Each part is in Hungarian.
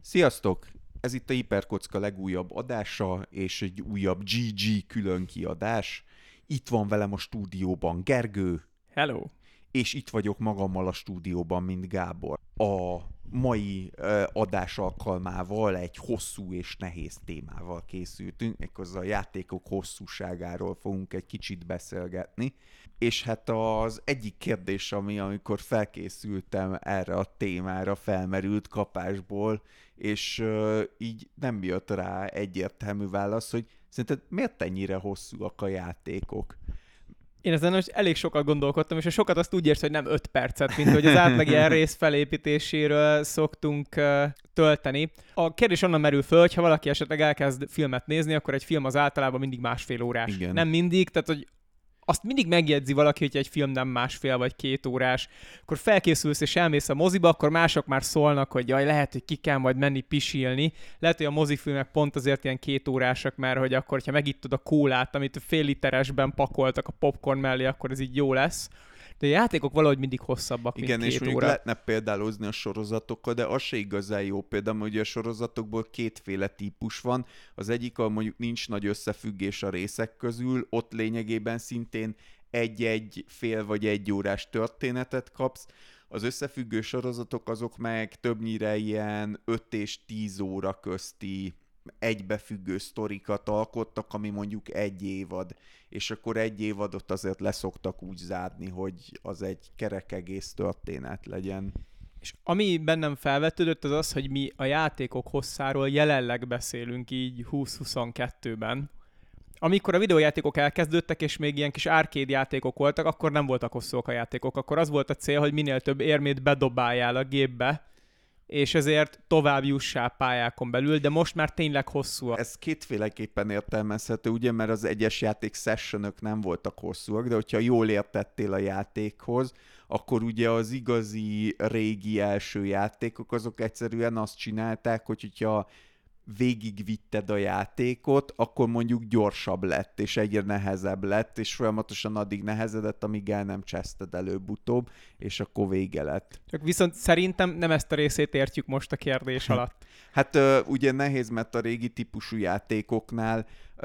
Sziasztok! Ez itt a Hiperkocka legújabb adása, és egy újabb GG külön kiadás. Itt van velem a stúdióban Gergő, Hello! és itt vagyok magammal a stúdióban, mint Gábor. A mai adás alkalmával egy hosszú és nehéz témával készültünk, méghozzá a játékok hosszúságáról fogunk egy kicsit beszélgetni. És hát az egyik kérdés, amikor felkészültem erre a témára, felmerült kapásból, és így nem jött rá egyértelmű válasz, hogy szerinted miért ennyire hosszúak a játékok? Én ezen most elég sokat gondolkodtam, és a sokat azt úgy érsz, hogy nem 5 percet, mint hogy az átlag ilyen rész felépítéséről szoktunk tölteni. A kérdés onnan merül föl, hogy ha valaki esetleg elkezd filmet nézni, akkor egy film az általában mindig 1,5 órás. Igen. Nem mindig, tehát hogy azt mindig megjegyzi valaki, hogy egy film nem 1,5 vagy 2 órás. Akkor felkészülsz és elmész a moziba, akkor mások már szólnak, hogy jaj, lehet, hogy ki kell majd menni pisilni. Lehet, hogy a mozifilmek pont azért ilyen 2 órásak, mert hogy akkor, ha megittad a kólát, amit fél literesben pakoltak a popcorn mellé, akkor ez így jó lesz. De a játékok valahogy mindig hosszabbak, Igen, mint és 2 mondjuk óra. lehetne példálózni a sorozatokkal, de az se igazán jó példa, mert ugye a sorozatokból kétféle típus van. Az egyik, ahol mondjuk nincs nagy összefüggés a részek közül, ott lényegében szintén egy-egy fél vagy egy órás történetet kapsz. Az összefüggő sorozatok azok meg többnyire ilyen 5 és 10 óra közti egybefüggő sztorikat alkottak, ami mondjuk egy évad, és akkor egy évadot azért leszoktak úgy zárni, hogy az egy kerek egész történet legyen. És ami bennem felvetődött, az az, hogy mi a játékok hosszáról jelenleg beszélünk így 2022-ben. Amikor a videójátékok elkezdődtek, és még ilyen kis arcade játékok voltak, akkor nem voltak hosszúak a játékok. Akkor az volt a cél, hogy minél több érmét bedobáljál a gépbe, és ezért tovább jussál pályákon belül, de most már tényleg hosszú. Ez kétféleképpen értelmezhető, ugye, mert az egyes játék sessionök nem voltak hosszúak, de hogyha jól értettél a játékhoz, akkor ugye az igazi régi első játékok azok egyszerűen azt csinálták, hogyha végigvitted a játékot, akkor mondjuk gyorsabb lett, és egyre nehezebb lett, és folyamatosan addig nehezedett, amíg el nem cseszted előbb-utóbb, és akkor vége lett. Csak viszont szerintem nem ezt a részét értjük most a kérdés alatt. Hát ugye nehéz, mert a régi típusú játékoknál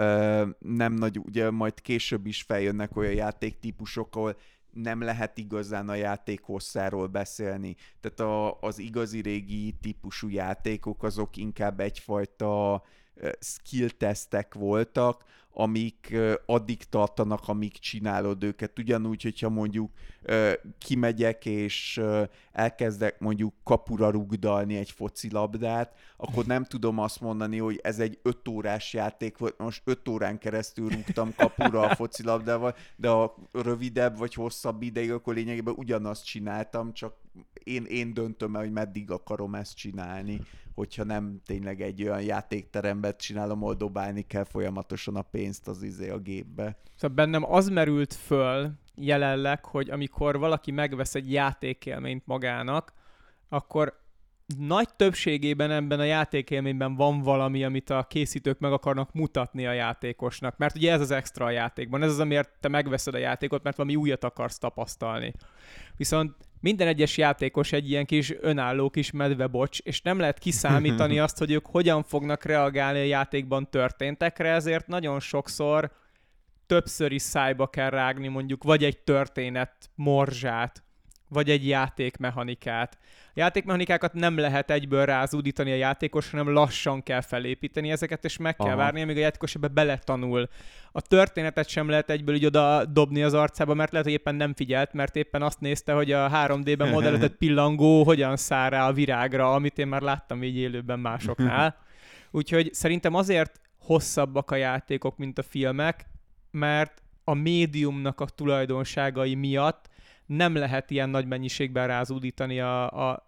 nem nagy, ugye majd később is feljönnek olyan játéktípusok, ahol nem lehet igazán a játék hosszáról beszélni. Tehát az igazi régi típusú játékok azok inkább egyfajta skill tesztek voltak, amik addig tartanak, amíg csinálod őket. Ugyanúgy, hogyha mondjuk kimegyek és elkezdek mondjuk kapura rugdalni egy focilabdát, akkor nem tudom azt mondani, hogy ez egy 5 órás játék volt, most 5 órán keresztül rúgtam kapura a focilabdával, de a rövidebb vagy hosszabb ideig, akkor lényegében ugyanazt csináltam, csak én döntöm el, hogy meddig akarom ezt csinálni, hogyha nem tényleg egy olyan játékteremben csinálom, ahol dobálni kell folyamatosan a pénzt a gépbe. Szóval bennem az merült föl jelenleg, hogy amikor valaki megvesz egy játékélményt magának, akkor nagy többségében ebben a játékélményben van valami, amit a készítők meg akarnak mutatni a játékosnak. Mert ugye ez az extra a játékban, ez az, amiért te megveszed a játékot, mert valami újat akarsz tapasztalni. Viszont minden egyes játékos egy ilyen kis önálló kis medvebocs, és nem lehet kiszámítani azt, hogy ők hogyan fognak reagálni a játékban történtekre, ezért nagyon sokszor többször is szájba kell rágni mondjuk, vagy egy történet morzsát, vagy egy játékmechanikát. A játékmechanikákat nem lehet egyből rázúdítani a játékos, hanem lassan kell felépíteni ezeket, és meg kell várni, amíg a játékos ebbe beletanul. A történetet sem lehet egyből így oda dobni az arcába, mert lehet, hogy éppen nem figyelt, mert éppen azt nézte, hogy a 3D-ben modellezett pillangó hogyan száll rá a virágra, amit én már láttam így élőben másoknál. Úgyhogy szerintem azért hosszabbak a játékok, mint a filmek, mert a médiumnak a tulajdonságai miatt nem lehet ilyen nagy mennyiségben rázúdítani a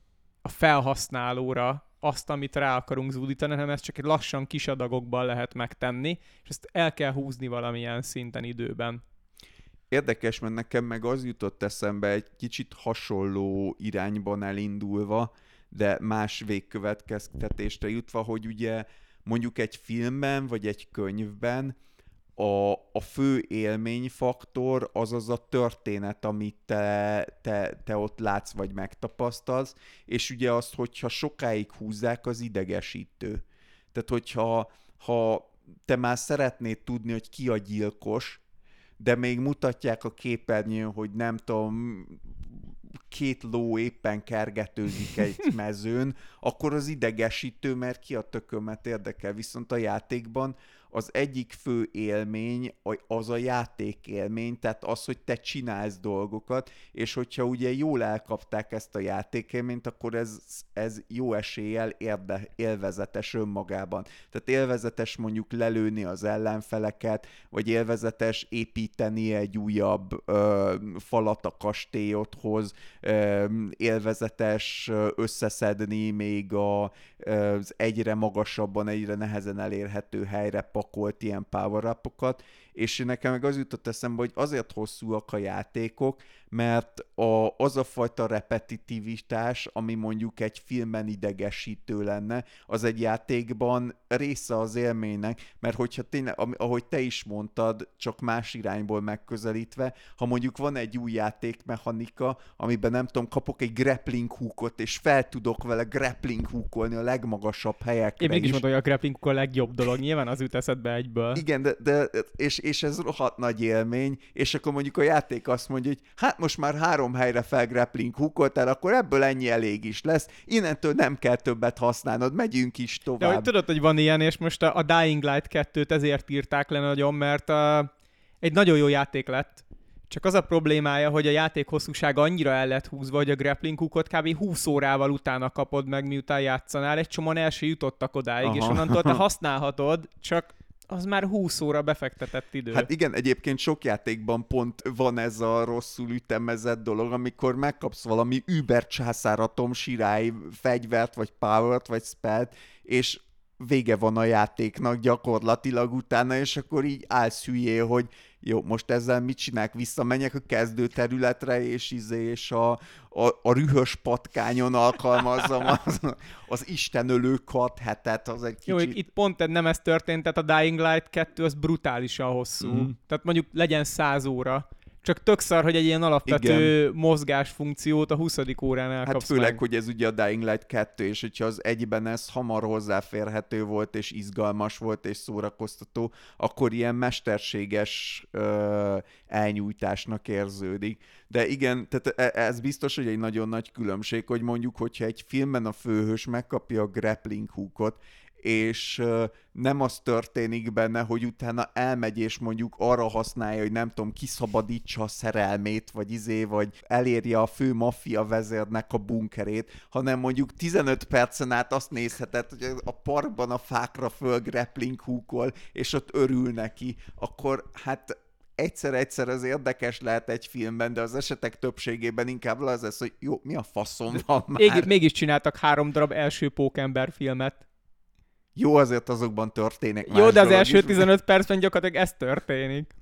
felhasználóra azt, amit rá akarunk zúdítani, hanem ezt csak egy lassan kis adagokban lehet megtenni, és ezt el kell húzni valamilyen szinten időben. Érdekes, mert nekem meg az jutott eszembe egy kicsit hasonló irányban elindulva, de más végkövetkeztetésre jutva, hogy ugye mondjuk egy filmben vagy egy könyvben a fő élményfaktor az a történet, amit te ott látsz, vagy megtapasztalsz, és ugye azt, hogyha sokáig húzzák, az idegesítő. Tehát, hogyha te már szeretnéd tudni, hogy ki a gyilkos, de még mutatják a képernyőn, hogy nem tudom, 2 ló éppen kergetőzik egy mezőn, akkor az idegesítő, mert ki a tökömet érdekel. Viszont a játékban az egyik fő élmény az a játékélmény, tehát az, hogy te csinálsz dolgokat, és hogyha ugye jól elkapták ezt a játékélményt, akkor ez jó eséllyel élvezetes önmagában. Tehát élvezetes mondjuk lelőni az ellenfeleket, vagy élvezetes építeni egy újabb falat a kastélyodhoz, élvezetes összeszedni még az egyre magasabban, egyre nehezen elérhető helyre pakolt ilyen power-upokat, és nekem meg az jutott eszembe, hogy azért hosszúak a játékok, mert az a fajta repetitivitás, ami mondjuk egy filmben idegesítő lenne, az egy játékban része az élménynek, mert hogyha tényleg, ahogy te is mondtad, csak más irányból megközelítve, ha mondjuk van egy új játékmechanika, amiben nem tudom, kapok egy grappling hookot, és fel tudok vele grappling hookolni a legmagasabb helyekre. Én mégis mondom, hogy a grappling hook a legjobb dolog, nyilván az jut eszedbe egyből. Igen, és ez rohadt nagy élmény, és akkor mondjuk a játék azt mondja, hogy hát most már 3 helyre felgrappling hookoltál, akkor ebből ennyi elég is lesz, innentől nem kell többet használnod, megyünk is tovább. De hogy tudod, hogy van ilyen, és most a Dying Light 2-t ezért írták le nagyon, mert egy nagyon jó játék lett, csak az a problémája, hogy a játék hosszúsága annyira el lett húzva, hogy a grappling hookot kb. 20 órával utána kapod meg, miután játszanál, egy csomóan el se jutottak odáig, és onnantól te használhatod, csak az már 20 óra befektetett idő. Hát igen, egyébként sok játékban pont van ez a rosszul ütemezett dolog, amikor megkapsz valami über császáratom sirály fegyvert, vagy powert, vagy spellt, és vége van a játéknak gyakorlatilag utána, és akkor így állsz hülyé, hogy jó, most ezzel mit csinálok? Visszamenjek a kezdőterületre, és a rühös patkányon alkalmazzam az istenölő hetet, az egy kicsit... Jó, itt pont nem ez történt, tehát a Dying Light 2 az brutálisan hosszú. Tehát mondjuk legyen 100 óra. Csak tök szar, hogy egy ilyen alapvető mozgásfunkciót a 20. órán elkapsz Hát főleg, meg. hogy ez ugye a Dying Light 2, és hogyha az egyben ez hamar hozzáférhető volt, és izgalmas volt, és szórakoztató, akkor ilyen mesterséges elnyújtásnak érződik. De igen, tehát ez biztos, hogy egy nagyon nagy különbség, hogy mondjuk, hogyha egy filmben a főhős megkapja a grappling hookot, és nem az történik benne, hogy utána elmegy, és mondjuk arra használja, hogy nem tudom, kiszabadítsa a szerelmét, vagy elérje a fő maffia vezérnek a bunkerét, hanem mondjuk 15 percen át azt nézheted, hogy a parkban a fákra föl grappling hookol, és ott örül neki, akkor hát egyszer az érdekes lehet egy filmben, de az esetek többségében inkább az lesz, hogy jó, mi a faszom van már? Mégis csináltak 3 darab első Pókember filmet. Jó, azért azokban történik más jó, de az első is. 15 percben gyakorlatilag ez történik.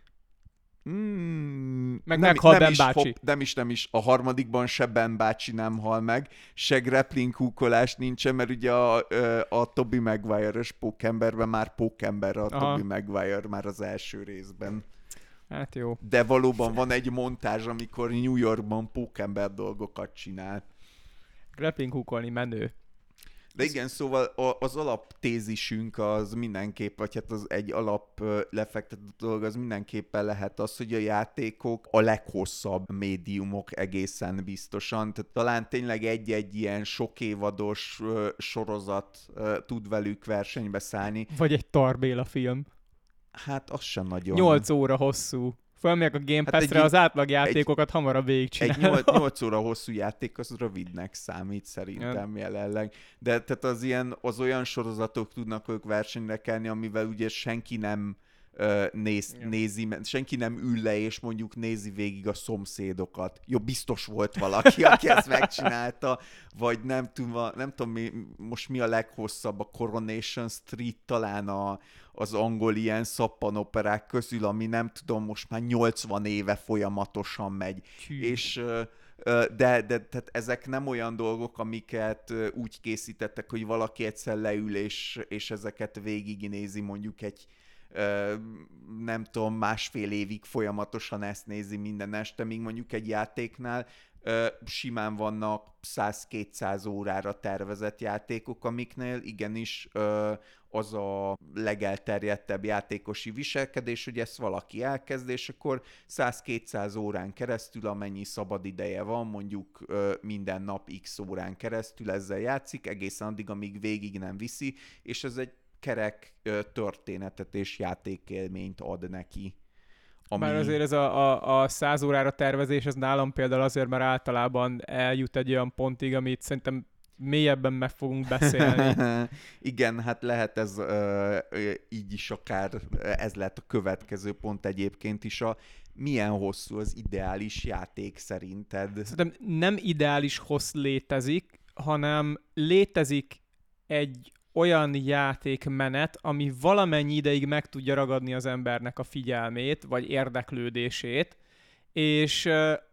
Meghal Ben bácsi. Nem is. A harmadikban se Ben bácsi nem hal meg, se grappling hookolás nincsen, mert ugye a Tobey Maguire-ös Pókemberben már Pókember a Tobey Maguire már az első részben. Hát jó. De valóban van egy montázs, amikor New Yorkban Pókember dolgokat csinál. Grappling hookolni menő. De igen, szóval az alaptézisünk az mindenképp, vagy hát az egy alap lefektetett dolog, az mindenképpen lehet az, hogy a játékok a leghosszabb médiumok egészen biztosan. Tehát talán tényleg egy-egy ilyen sokévados sorozat tud velük versenybe szállni. Vagy egy Tar Béla film. Hát az sem nagyon. 8 óra hosszú. Fölmegyek a Game Pass-re, az átlag játékokat hamarabb végigcsinálom. Egy 8 óra hosszú játék az rövidnek számít szerintem jelenleg. De tehát az olyan sorozatok tudnak ők versenyre kelni, amivel ugye senki nem nézi, senki nem ül le, és mondjuk nézi végig a szomszédokat. Jó, biztos volt valaki, aki ezt megcsinálta, vagy nem tudom most mi a leghosszabb, a Coronation Street talán az angol ilyen szappanoperák közül, ami nem tudom, most már 80 éve folyamatosan megy. És de tehát ezek nem olyan dolgok, amiket úgy készítettek, hogy valaki egyszer leül, és ezeket végignézi mondjuk egy nem tudom, másfél évig folyamatosan ezt nézi minden este, míg mondjuk egy játéknál simán vannak 100-200 órára tervezett játékok, amiknél igenis az a legelterjedtebb játékosi viselkedés, hogy ezt valaki elkezd, és akkor 100-200 órán keresztül, amennyi szabad ideje van, mondjuk minden nap x órán keresztül ezzel játszik, egészen addig, amíg végig nem viszi, és ez egy kerek történetet és játékélményt ad neki. Bár azért ez a 100 órára tervezés, ez nálam például azért, mert általában eljut egy olyan pontig, amit szerintem mélyebben meg fogunk beszélni. Igen, hát lehet ez így is akár, ez lehet a következő pont egyébként is, milyen hosszú az ideális játék szerinted? Szerintem nem ideális hossz létezik, hanem létezik egy olyan játékmenet, ami valamennyi ideig meg tudja ragadni az embernek a figyelmét, vagy érdeklődését, és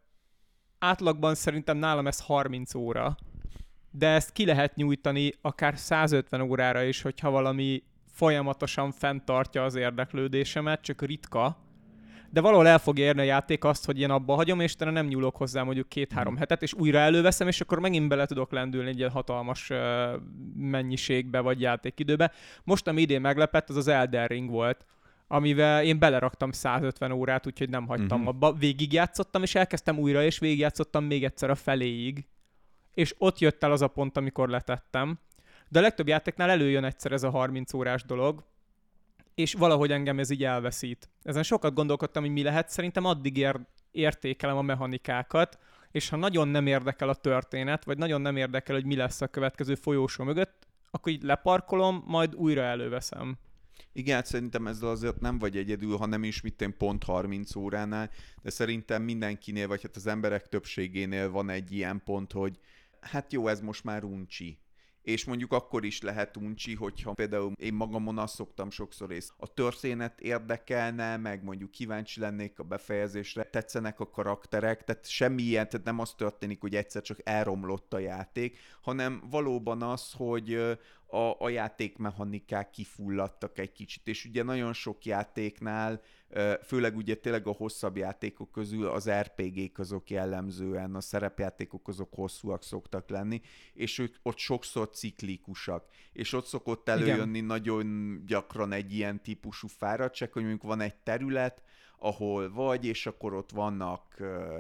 átlagban szerintem nálam ez 30 óra, de ezt ki lehet nyújtani akár 150 órára is, hogyha valami folyamatosan fenntartja az érdeklődésemet, csak ritka, de valahol el fog érni a játék azt, hogy én abba hagyom, és utána nem nyúlok hozzá mondjuk 2-3 hetet, és újra előveszem, és akkor megint bele tudok lendülni egy ilyen hatalmas mennyiségbe, vagy játékidőbe. Most, ami idén meglepett, az Elden Ring volt, amivel én beleraktam 150 órát, úgyhogy nem hagytam abba. Végigjátszottam, és elkezdtem újra, és végigjátszottam még egyszer a feléig. És ott jött el az a pont, amikor letettem. De a legtöbb játéknál előjön egyszer ez a 30 órás dolog, és valahogy engem ez így elveszít. Ezen sokat gondolkodtam, hogy mi lehet, szerintem addig értékelem a mechanikákat, és ha nagyon nem érdekel a történet, vagy nagyon nem érdekel, hogy mi lesz a következő folyósó mögött, akkor így leparkolom, majd újra előveszem. Igen, hát szerintem ezzel azért nem vagy egyedül, ha nem is pont 30 óránál, de szerintem mindenkinél, vagy hát az emberek többségénél van egy ilyen pont, hogy hát jó, ez most már uncsi. És mondjuk akkor is lehet uncsi, hogyha például én magamon azt szoktam sokszor a történet érdekelne, meg mondjuk kíváncsi lennék a befejezésre, tetszenek a karakterek, tehát semmi ilyen, tehát nem az történik, hogy egyszer csak elromlott a játék, hanem valóban az, hogy a játékmechanikák kifulladtak egy kicsit, és ugye nagyon sok játéknál, főleg ugye tényleg a hosszabb játékok közül az RPG-k azok jellemzően, a szerepjátékok azok hosszúak szoktak lenni, és ők ott sokszor ciklikusak, és ott szokott előjönni nagyon gyakran egy ilyen típusú fáradtság, hogy mondjuk van egy terület, ahol vagy, és akkor ott vannak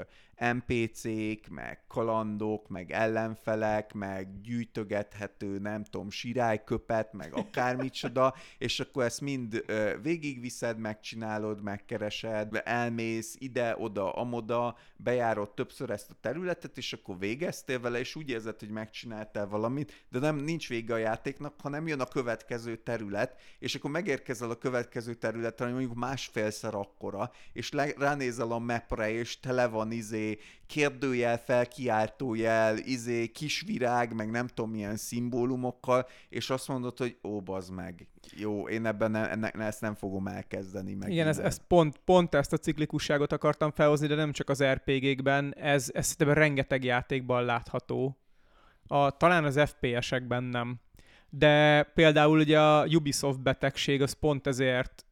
NPC-k, meg kalandok, meg ellenfelek, meg gyűjtögethető, nem tudom, sirályköpet, meg akármicsoda, és akkor ezt mind végigviszed, megcsinálod, megkeresed, elmész ide, oda, amoda, bejárod többször ezt a területet, és akkor végeztél vele, és úgy érzed, hogy megcsináltál valamit, de nincs vége a játéknak, hanem jön a következő terület, és akkor megérkezel a következő területre, hogy mondjuk másfélszer akkora, és ránézel a mapre, és tele van kérdőjel, felkiáltójel, kis virág, meg nem tudom milyen szimbólumokkal, és azt mondod, hogy bazd meg, jó, én ebben ezt nem fogom elkezdeni meg. Igen, ez pont ezt a ciklikusságot akartam felhozni, de nem csak az RPG-kben, ez szerintem rengeteg játékban látható. Talán az FPS-ekben nem. De például ugye a Ubisoft betegség az pont ezért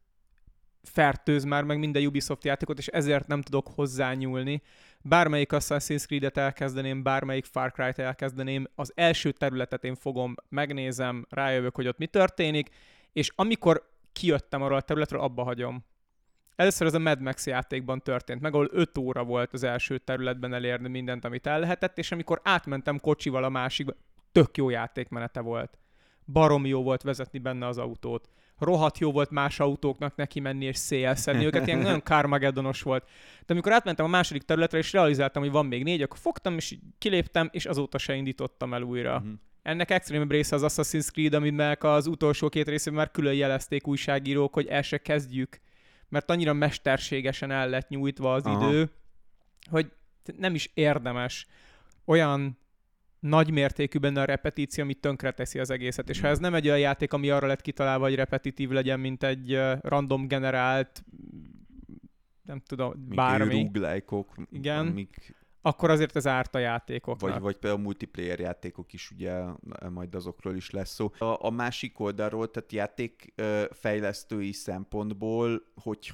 fertőz már meg minden Ubisoft játékot, és ezért nem tudok hozzányúlni. Bármelyik Assassin's Creed-et elkezdeném, bármelyik Far Cry-t elkezdeném, az első területet én fogom, megnézem, rájövök, hogy ott mi történik, és amikor kijöttem arról a területről, abba hagyom. Először ez a Mad Max játékban történt meg, ahol 5 óra volt az első területben elérni mindent, amit el lehetett, és amikor átmentem kocsival a másikba, tök jó játékmenete volt. Baromi jó volt vezetni benne az autót. Rohadt jó volt más autóknak neki menni és széjjelszedni őket, ilyen nagyon Carmageddonos volt. De amikor átmentem a második területre és realizáltam, hogy van még 4, akkor fogtam és kiléptem, és azóta se indítottam el újra. Ennek extrém része az Assassin's Creed, aminek az utolsó 2 részében már külön jelezték újságírók, hogy el se kezdjük, mert annyira mesterségesen el lett nyújtva az idő, hogy nem is érdemes olyan nagy mértékű benne a repetíció, ami tönkreteszi az egészet. És ha ez nem egy olyan játék, ami arra lett kitalálva, hogy repetitív legyen, mint egy random generált, nem tudom, bármi. Roguelike-ok, igen. akkor azért ez árt a játékoknak. Vagy például multiplayer játékok is, ugye majd azokról is lesz szó. A másik oldalról, tehát játékfejlesztői szempontból,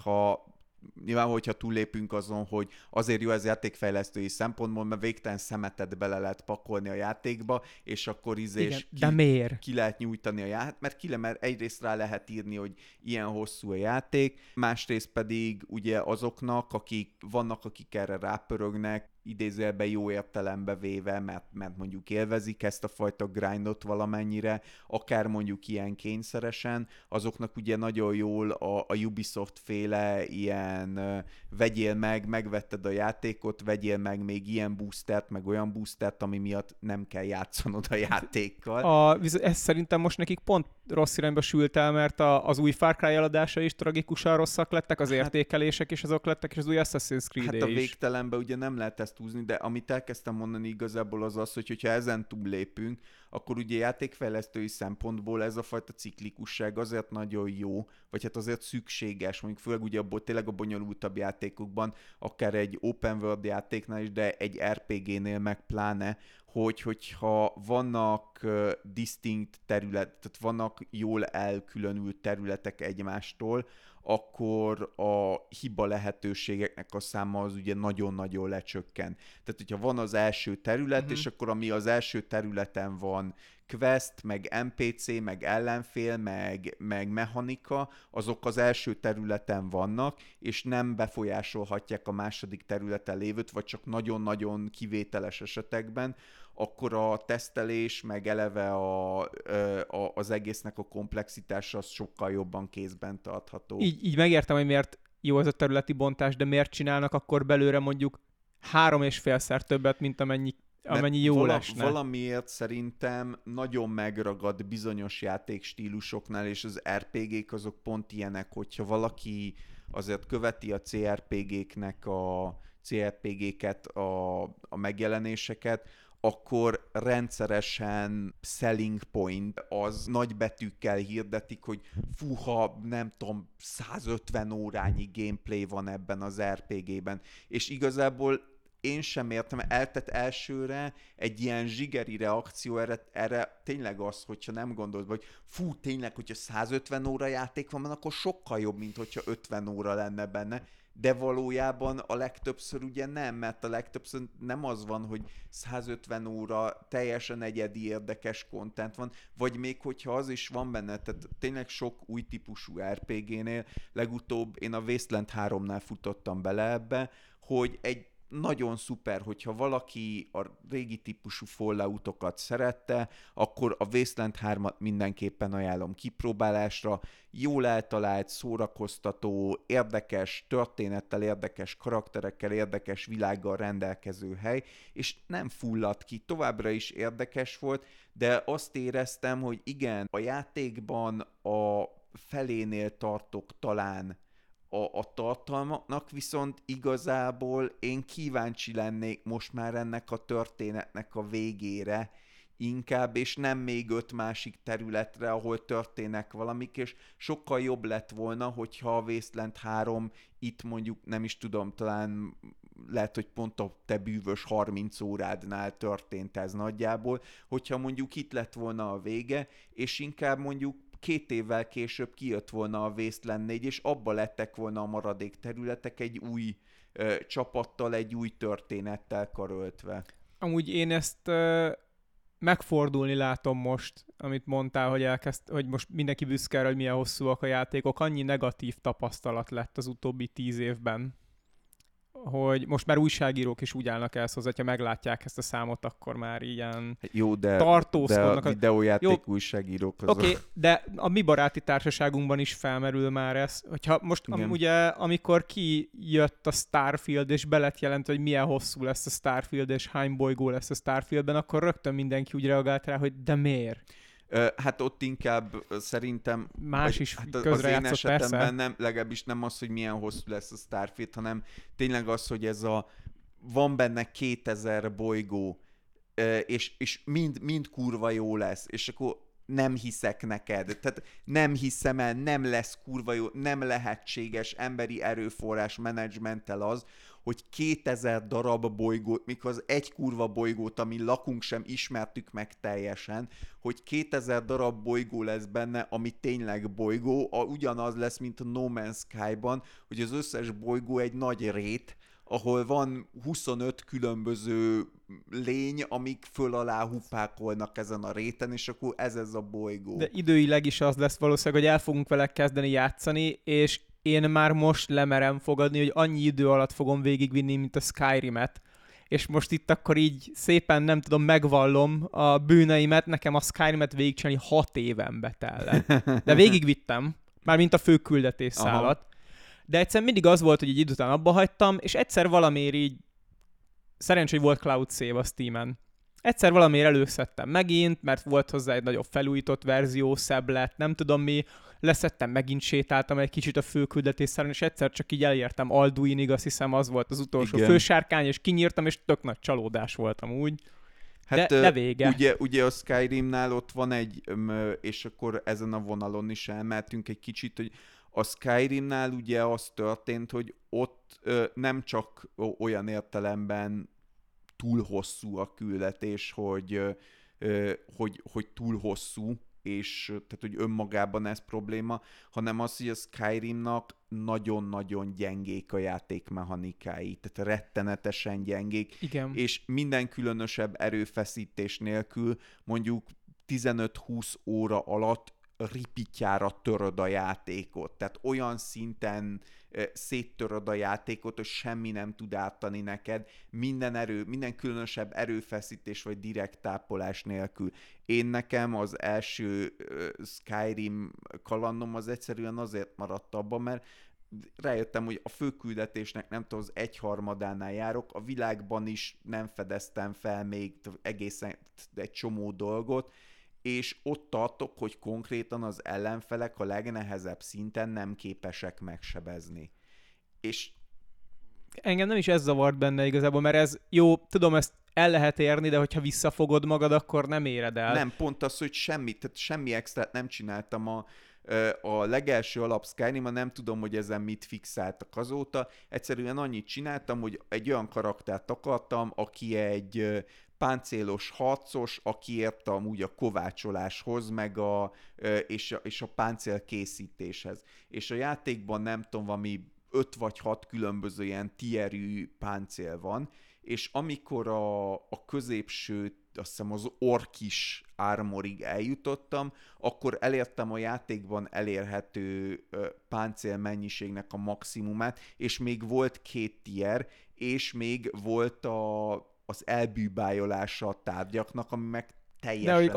hogyha túllépünk azon, hogy azért jó ez játékfejlesztői szempontból, mert végtelen szemetet bele lehet pakolni a játékba, és akkor Igen, de miért? Ki lehet nyújtani a játékot, mert egyrészt rá lehet írni, hogy ilyen hosszú a játék, másrészt pedig ugye azoknak, akik erre rápörögnek, idézőjelben jó értelembe véve, mert mondjuk élvezik ezt a fajta grindot valamennyire, akár mondjuk ilyen kényszeresen, azoknak ugye nagyon jól a Ubisoft féle ilyen vegyél megvetted a játékot, vegyél meg még ilyen boostert, meg olyan boostert, ami miatt nem kell játszanod a játékkal. Ez szerintem most nekik pont rossz irányba sült el, mert az új Far Cry eladása is tragikusan rosszak lettek, az értékelések is azok lettek, és az új Assassin's Creed is. Hát a végtelenben ugye nem lehet ezt húzni, de amit elkezdtem mondani igazából az, hogyha ezen túl lépünk, akkor ugye játékfejlesztői szempontból ez a fajta ciklikusság azért nagyon jó, vagy hát azért szükséges, mondjuk főleg ugye tényleg a bonyolultabb játékokban, akár egy open world játéknál is, de egy RPG-nél meg pláne, hogyha vannak distinct tehát vannak jól elkülönült területek egymástól, akkor a hiba lehetőségeknek a száma az ugye nagyon-nagyon lecsökken. Tehát, hogyha van az első terület, és akkor ami az első területen van quest, meg NPC, meg ellenfél, meg mechanika, azok az első területen vannak, és nem befolyásolhatják a második területen lévőt, vagy csak nagyon-nagyon kivételes esetekben, akkor a tesztelés, meg eleve az egésznek a komplexitása az sokkal jobban kézben tartható. Így megértem, hogy miért jó ez a területi bontás, de miért csinálnak akkor belőle mondjuk 3,5-szer többet, mint amennyi jó lesne. Valamiért szerintem nagyon megragad bizonyos játékstílusoknál, és az RPG-k azok pont ilyenek, hogyha valaki azért követi a CRPG-ket, a megjelenéseket, akkor rendszeresen selling point, az nagy betűkkel hirdetik, hogy fúha, nem tudom, 150 órányi gameplay van ebben az RPG-ben. És igazából én sem értem, eltett elsőre egy ilyen zsigeri reakció erre tényleg az, hogyha nem gondolod, hogy fú, tényleg, hogyha 150 óra játék van, akkor sokkal jobb, mint hogyha 50 óra lenne benne. De valójában a legtöbbször ugye nem, mert a legtöbbször nem az van, hogy 150 óra teljesen egyedi érdekes content van, vagy még hogyha az is van benne, tehát tényleg sok új típusú RPG-nél, legutóbb én a Wasteland 3-nál futottam bele ebbe, hogy egy nagyon szuper, hogyha valaki a régi típusú Falloutokat szerette, akkor a Wasteland 3-at mindenképpen ajánlom kipróbálásra. Jól eltalált, szórakoztató, érdekes történettel, érdekes karakterekkel, érdekes világgal rendelkező hely, és nem fulladt ki, továbbra is érdekes volt, de azt éreztem, hogy igen, a játékban a felénél tartok talán a tartalmaknak, viszont igazából én kíváncsi lennék most már ennek a történetnek a végére inkább, és nem még 5 másik területre, ahol történnek valamik, és sokkal jobb lett volna, hogyha a Wasteland 3 itt mondjuk, nem is tudom, talán lehet, hogy pont a te bűvös 30 órádnál történt ez nagyjából, hogyha mondjuk itt lett volna a vége, és inkább mondjuk 2 évvel később kijött volna a Wasteland 4, és abba lettek volna a maradék területek egy új csapattal, egy új történettel karöltve. Amúgy én ezt megfordulni látom most, amit mondtál, hogy most mindenki büszke, hogy milyen hosszúak a játékok. Annyi negatív tapasztalat lett az utóbbi 10 évben, hogy most már újságírók is úgy állnak el, hogyha meglátják ezt a számot, akkor már ilyen tartózkodnak. De a videójáték újságírók azok. Oké, de a mi baráti társaságunkban is felmerül már ez. Hogyha most ugye, amikor kijött a Starfield, és be lett jelentve, hogy milyen hosszú lesz a Starfield, és hány bolygó lesz a Starfieldben, akkor rögtön mindenki úgy reagált rá, hogy de miért? Hát ott inkább szerintem más is közrejátszott, persze. Nem, legalábbis nem az, hogy milyen hosszú lesz a Starfield, hanem tényleg az, hogy van benne 2000 bolygó, és mind kurva jó lesz, és akkor nem hiszek neked. Tehát nem hiszem el, nem lesz kurva jó, nem lehetséges emberi erőforrás menedzsmenttel az, hogy 2000 darab bolygót, mikor az egy kurva bolygót, amin lakunk, sem ismertük meg teljesen, hogy 2000 darab bolygó lesz benne, ami tényleg bolygó, ugyanaz lesz, mint a No Man's Sky-ban, hogy az összes bolygó egy nagy rét, ahol van 25 különböző lény, amik föl alá hupákolnak ezen a réten, és akkor ez a bolygó. De időileg is az lesz valószínűleg, hogy el fogunk vele kezdeni játszani, és én már most lemerem fogadni, hogy annyi idő alatt fogom végigvinni, mint a Skyrim-et. És most itt akkor így szépen, nem tudom, megvallom a bűneimet, nekem a Skyrim-et végigcsinálni 6 éven betellett. De végigvittem, mármint a fő küldetés szállat. De egyszer mindig az volt, hogy egy idő után abba hagytam, és egyszer valamiért így, szerencsé, hogy volt cloud save a Steamen. Egyszer valamiért előszedtem megint, mert volt hozzá egy nagyobb felújított verzió, szebb lett, nem tudom mi, leszettem, megint sétáltam egy kicsit a főküldetésszálon, és egyszer csak így elértem Alduinig, azt hiszem az volt az utolsó fősárkány, és kinyírtam, és tök nagy csalódás voltam úgy. Hát de vége. Ugye a Skyrimnál ott van egy, és akkor ezen a vonalon is elmehetünk egy kicsit, hogy a Skyrimnál ugye az történt, hogy ott nem csak olyan értelemben túl hosszú a küldetés, hogy túl hosszú, és tehát, hogy önmagában ez probléma, hanem az, hogy a Skyrimnak nagyon-nagyon gyengék a játékmechanikái, tehát rettenetesen gyengék, Igen. és minden különösebb erőfeszítés nélkül mondjuk 15-20 óra alatt ripityára töröd a játékot. Tehát olyan szinten széttöröd a játékot, hogy semmi nem tud ártani neked, minden különösebb erőfeszítés vagy direkt tápolás nélkül. Nekem az első Skyrim kalandom az egyszerűen azért maradt abban, mert rájöttem, hogy a főküldetésnek nem tudom, az 1/3-ánál járok, a világban is nem fedeztem fel még egészen egy csomó dolgot, és ott tartok, hogy konkrétan az ellenfelek a legnehezebb szinten nem képesek megsebezni. És engem nem is ez zavart benne igazából, mert ez jó, tudom, ezt el lehet érni, de hogyha visszafogod magad, akkor nem éred el. Nem, pont az, hogy semmi extrát nem csináltam a legelső alap Skyrim-a, nem tudom, hogy ezen mit fixáltak azóta. Egyszerűen annyit csináltam, hogy egy olyan karaktert akartam, aki egy páncélos harcos, aki ért amúgy a kovácsoláshoz, meg és a páncél készítéshez. És a játékban nem tudom, valami 5 vagy 6 különböző ilyen tierű páncél van, és amikor a középső, azt hiszem az orkis armorig eljutottam, akkor elértem a játékban elérhető páncél mennyiségnek a maximumát, és még volt 2 tier, és még volt az elbűbájolása a tárgyaknak, ami meg teljesen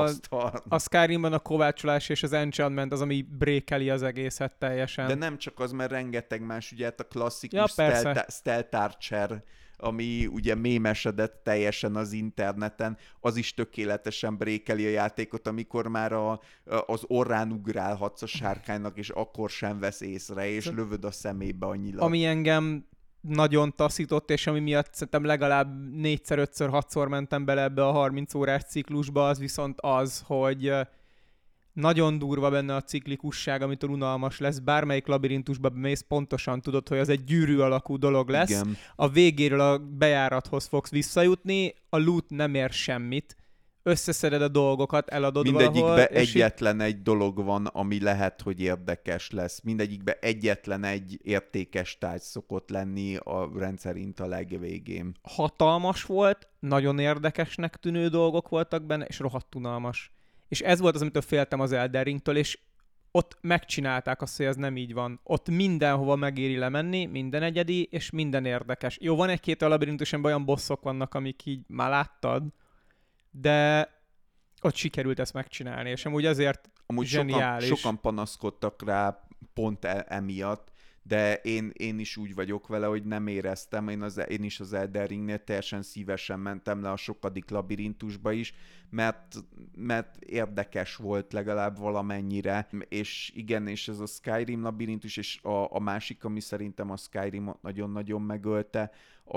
a Skyrimban a kovácsolás és az enchantment az, ami brékeli az egészet teljesen. De nem csak az, mert rengeteg más, ugye hát a klasszikus Stealth Archer, ami ugye mémesedett teljesen az interneten, az is tökéletesen brékeli a játékot, amikor már az orrán ugrálhatsz a sárkánynak, és akkor sem vesz észre, és lövöd a szemébe annyilag. Ami engem nagyon taszított, és ami miatt szerintem legalább 4-szer, 5-ször, 6-szor mentem bele ebbe a 30 órás ciklusba, az viszont az, hogy nagyon durva benne a ciklikusság, amitől unalmas lesz. Bármelyik labirintusba bemész, pontosan tudod, hogy az egy gyűrű alakú dolog lesz. Igen. A végéről a bejárathoz fogsz visszajutni, a loot nem ér semmit. Összeszeded a dolgokat, eladod mindegyikbe valahol. Egyetlen egy dolog van, ami lehet, hogy érdekes lesz. Mindegyikbe egyetlen egy értékes tárgy szokott lenni a rendszerint a legvégén. Hatalmas volt, nagyon érdekesnek tűnő dolgok voltak benne, és rohadt unalmas. És ez volt az, amitől féltem az Elden Ringtől, és ott megcsinálták azt, hogy ez nem így van. Ott mindenhova megéri lemenni, minden egyedi, és minden érdekes. Jó, van egy-két a labirintuson, olyan bosszok vannak, amik így már láttad, de ott sikerült ezt megcsinálni, és amúgy azért amúgy zseniális. Sokan panaszkodtak rá pont emiatt, de én is úgy vagyok vele, hogy nem éreztem. Én is az Elden Ringnél teljesen szívesen mentem le a sokadik labirintusba is, mert érdekes volt legalább valamennyire, és igen, és ez a Skyrim labirintus, és a másik, ami szerintem a Skyrimot nagyon-nagyon megölte,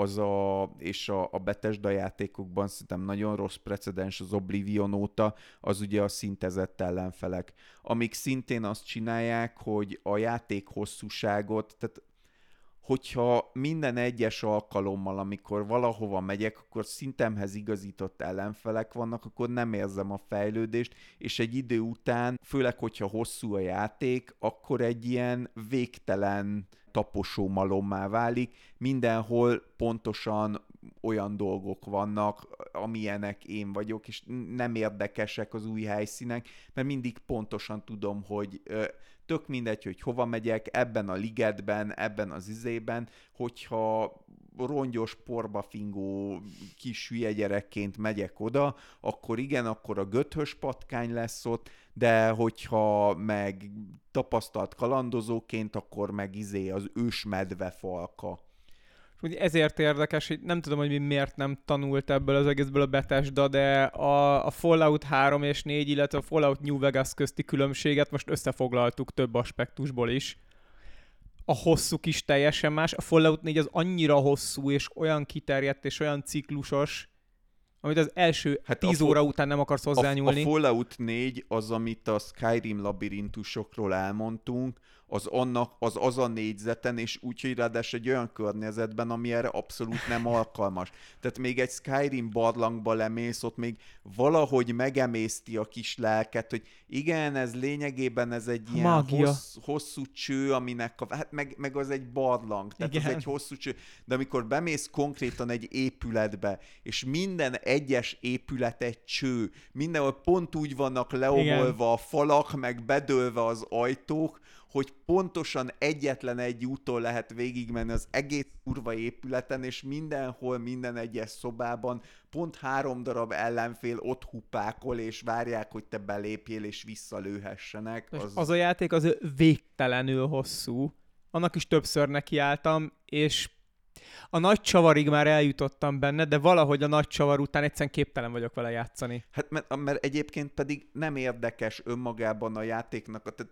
és a Bethesda játékokban szerintem nagyon rossz precedens az Oblivion óta, az ugye a szintezett ellenfelek, amik szintén azt csinálják, hogy a játék hosszúságot, tehát hogyha minden egyes alkalommal, amikor valahova megyek, akkor szintemhez igazított ellenfelek vannak, akkor nem érzem a fejlődést, és egy idő után, főleg, hogyha hosszú a játék, akkor egy ilyen végtelen taposó malommá válik. Mindenhol pontosan olyan dolgok vannak, amilyenek én vagyok, és nem érdekesek az új helyszínek, mert mindig pontosan tudom, hogy tök mindegy, hogy hova megyek, ebben a ligetben, ebben az izében, hogyha rongyos, porbafingó kis hülye gyerekként megyek oda, akkor igen, akkor a göthös patkány lesz ott, de hogyha meg tapasztalt kalandozóként, akkor meg az ősmedve falka. Ugye ezért érdekes, hogy nem tudom, hogy mi miért nem tanult ebből az egészből a Bethesda, de a Fallout 3 és 4, illetve a Fallout New Vegas közti különbséget most összefoglaltuk több aspektusból is. A hosszuk is teljesen más. A Fallout 4 az annyira hosszú, és olyan kiterjedt, és olyan ciklusos, amit az első 10 óra után nem akarsz hozzányúlni. A Fallout 4 az, amit a Skyrim labirintusokról elmondtunk, az a négyzeten, és úgyhogy ráadásul egy olyan környezetben, ami erre abszolút nem alkalmas. Tehát még egy Skyrim barlangba lemész, ott még valahogy megemészti a kis lelket, hogy igen, ez lényegében ez egy ilyen hosszú cső, aminek hát meg az egy barlang, tehát igen. Az egy hosszú cső, de amikor bemész konkrétan egy épületbe, és minden egyes épület egy cső, mindenhol pont úgy vannak leomolva a falak, meg bedőlve az ajtók, hogy pontosan egyetlen egy úton lehet végigmenni az egész kurva épületen, és mindenhol, minden egyes szobában pont 3 darab ellenfél ott huppákol, és várják, hogy te belépjél, és visszalőhessenek. Az a játék az végtelenül hosszú. Annak is többször nekiálltam, és a nagy csavarig már eljutottam benne, de valahogy a nagy csavar után egyszerűen képtelen vagyok vele játszani. Hát mert egyébként pedig nem érdekes önmagában a játéknak, tehát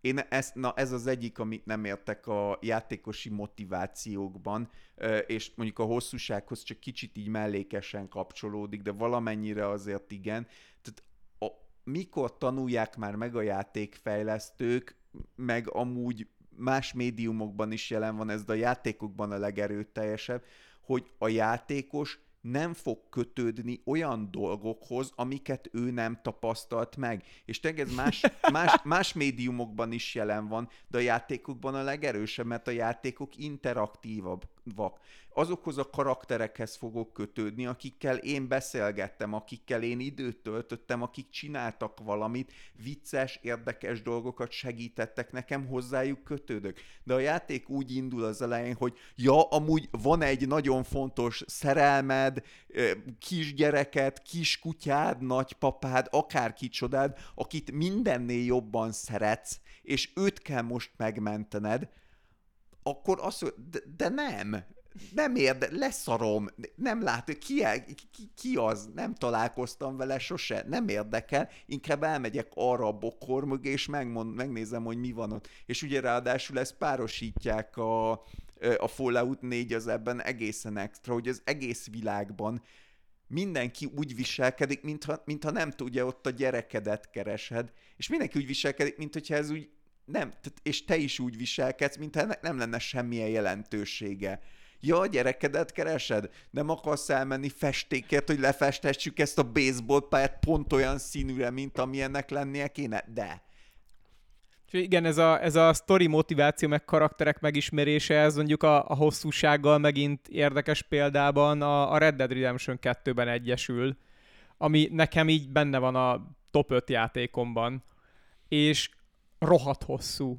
ez az egyik, amit nem értek a játékosi motivációkban, és mondjuk a hosszúsághoz csak kicsit így mellékesen kapcsolódik, de valamennyire azért igen. Tehát mikor tanulják már meg a játékfejlesztők, meg amúgy más médiumokban is jelen van ez, de a játékokban a legerőteljesebb, hogy a játékos nem fog kötődni olyan dolgokhoz, amiket ő nem tapasztalt meg. És tényleg ez más médiumokban is jelen van, de a játékokban a legerősebb, mert a játékok interaktívak. Azokhoz a karakterekhez fogok kötődni, akikkel én beszélgettem, akikkel én időt töltöttem, akik csináltak valamit, vicces, érdekes dolgokat segítettek nekem, hozzájuk kötődök. De a játék úgy indul az elején, hogy ja, amúgy van egy nagyon fontos szerelmed, kisgyereket, kiskutyád, nagypapád, akár kicsodád, akit mindennél jobban szeretsz, és őt kell most megmentened, akkor azt mondja, de nem. Nem leszarom, nem látom, ki az, nem találkoztam vele sose, nem érdekel, inkább elmegyek arra a bokor mögé, és megnézem, hogy mi van ott. És ugye ráadásul ezt párosítják a Fallout 4 az ebben egészen extra, hogy az egész világban mindenki úgy viselkedik, mintha nem tudja, ott a gyerekedet keresed, és mindenki úgy viselkedik, mintha ez úgy nem, és te is úgy viselkedsz, mintha nem lenne semmilyen jelentősége. Ja, a gyerekedet keresed? Nem akarsz elmenni festékért, hogy lefestessük ezt a baseballpályát pont olyan színűre, mint amilyennek lennie kéne? De. Igen, ez a sztori motiváció, meg karakterek megismerése, ez mondjuk a hosszúsággal megint érdekes példában a Red Dead Redemption 2-ben egyesül, ami nekem így benne van a top 5 játékomban, és rohadt hosszú.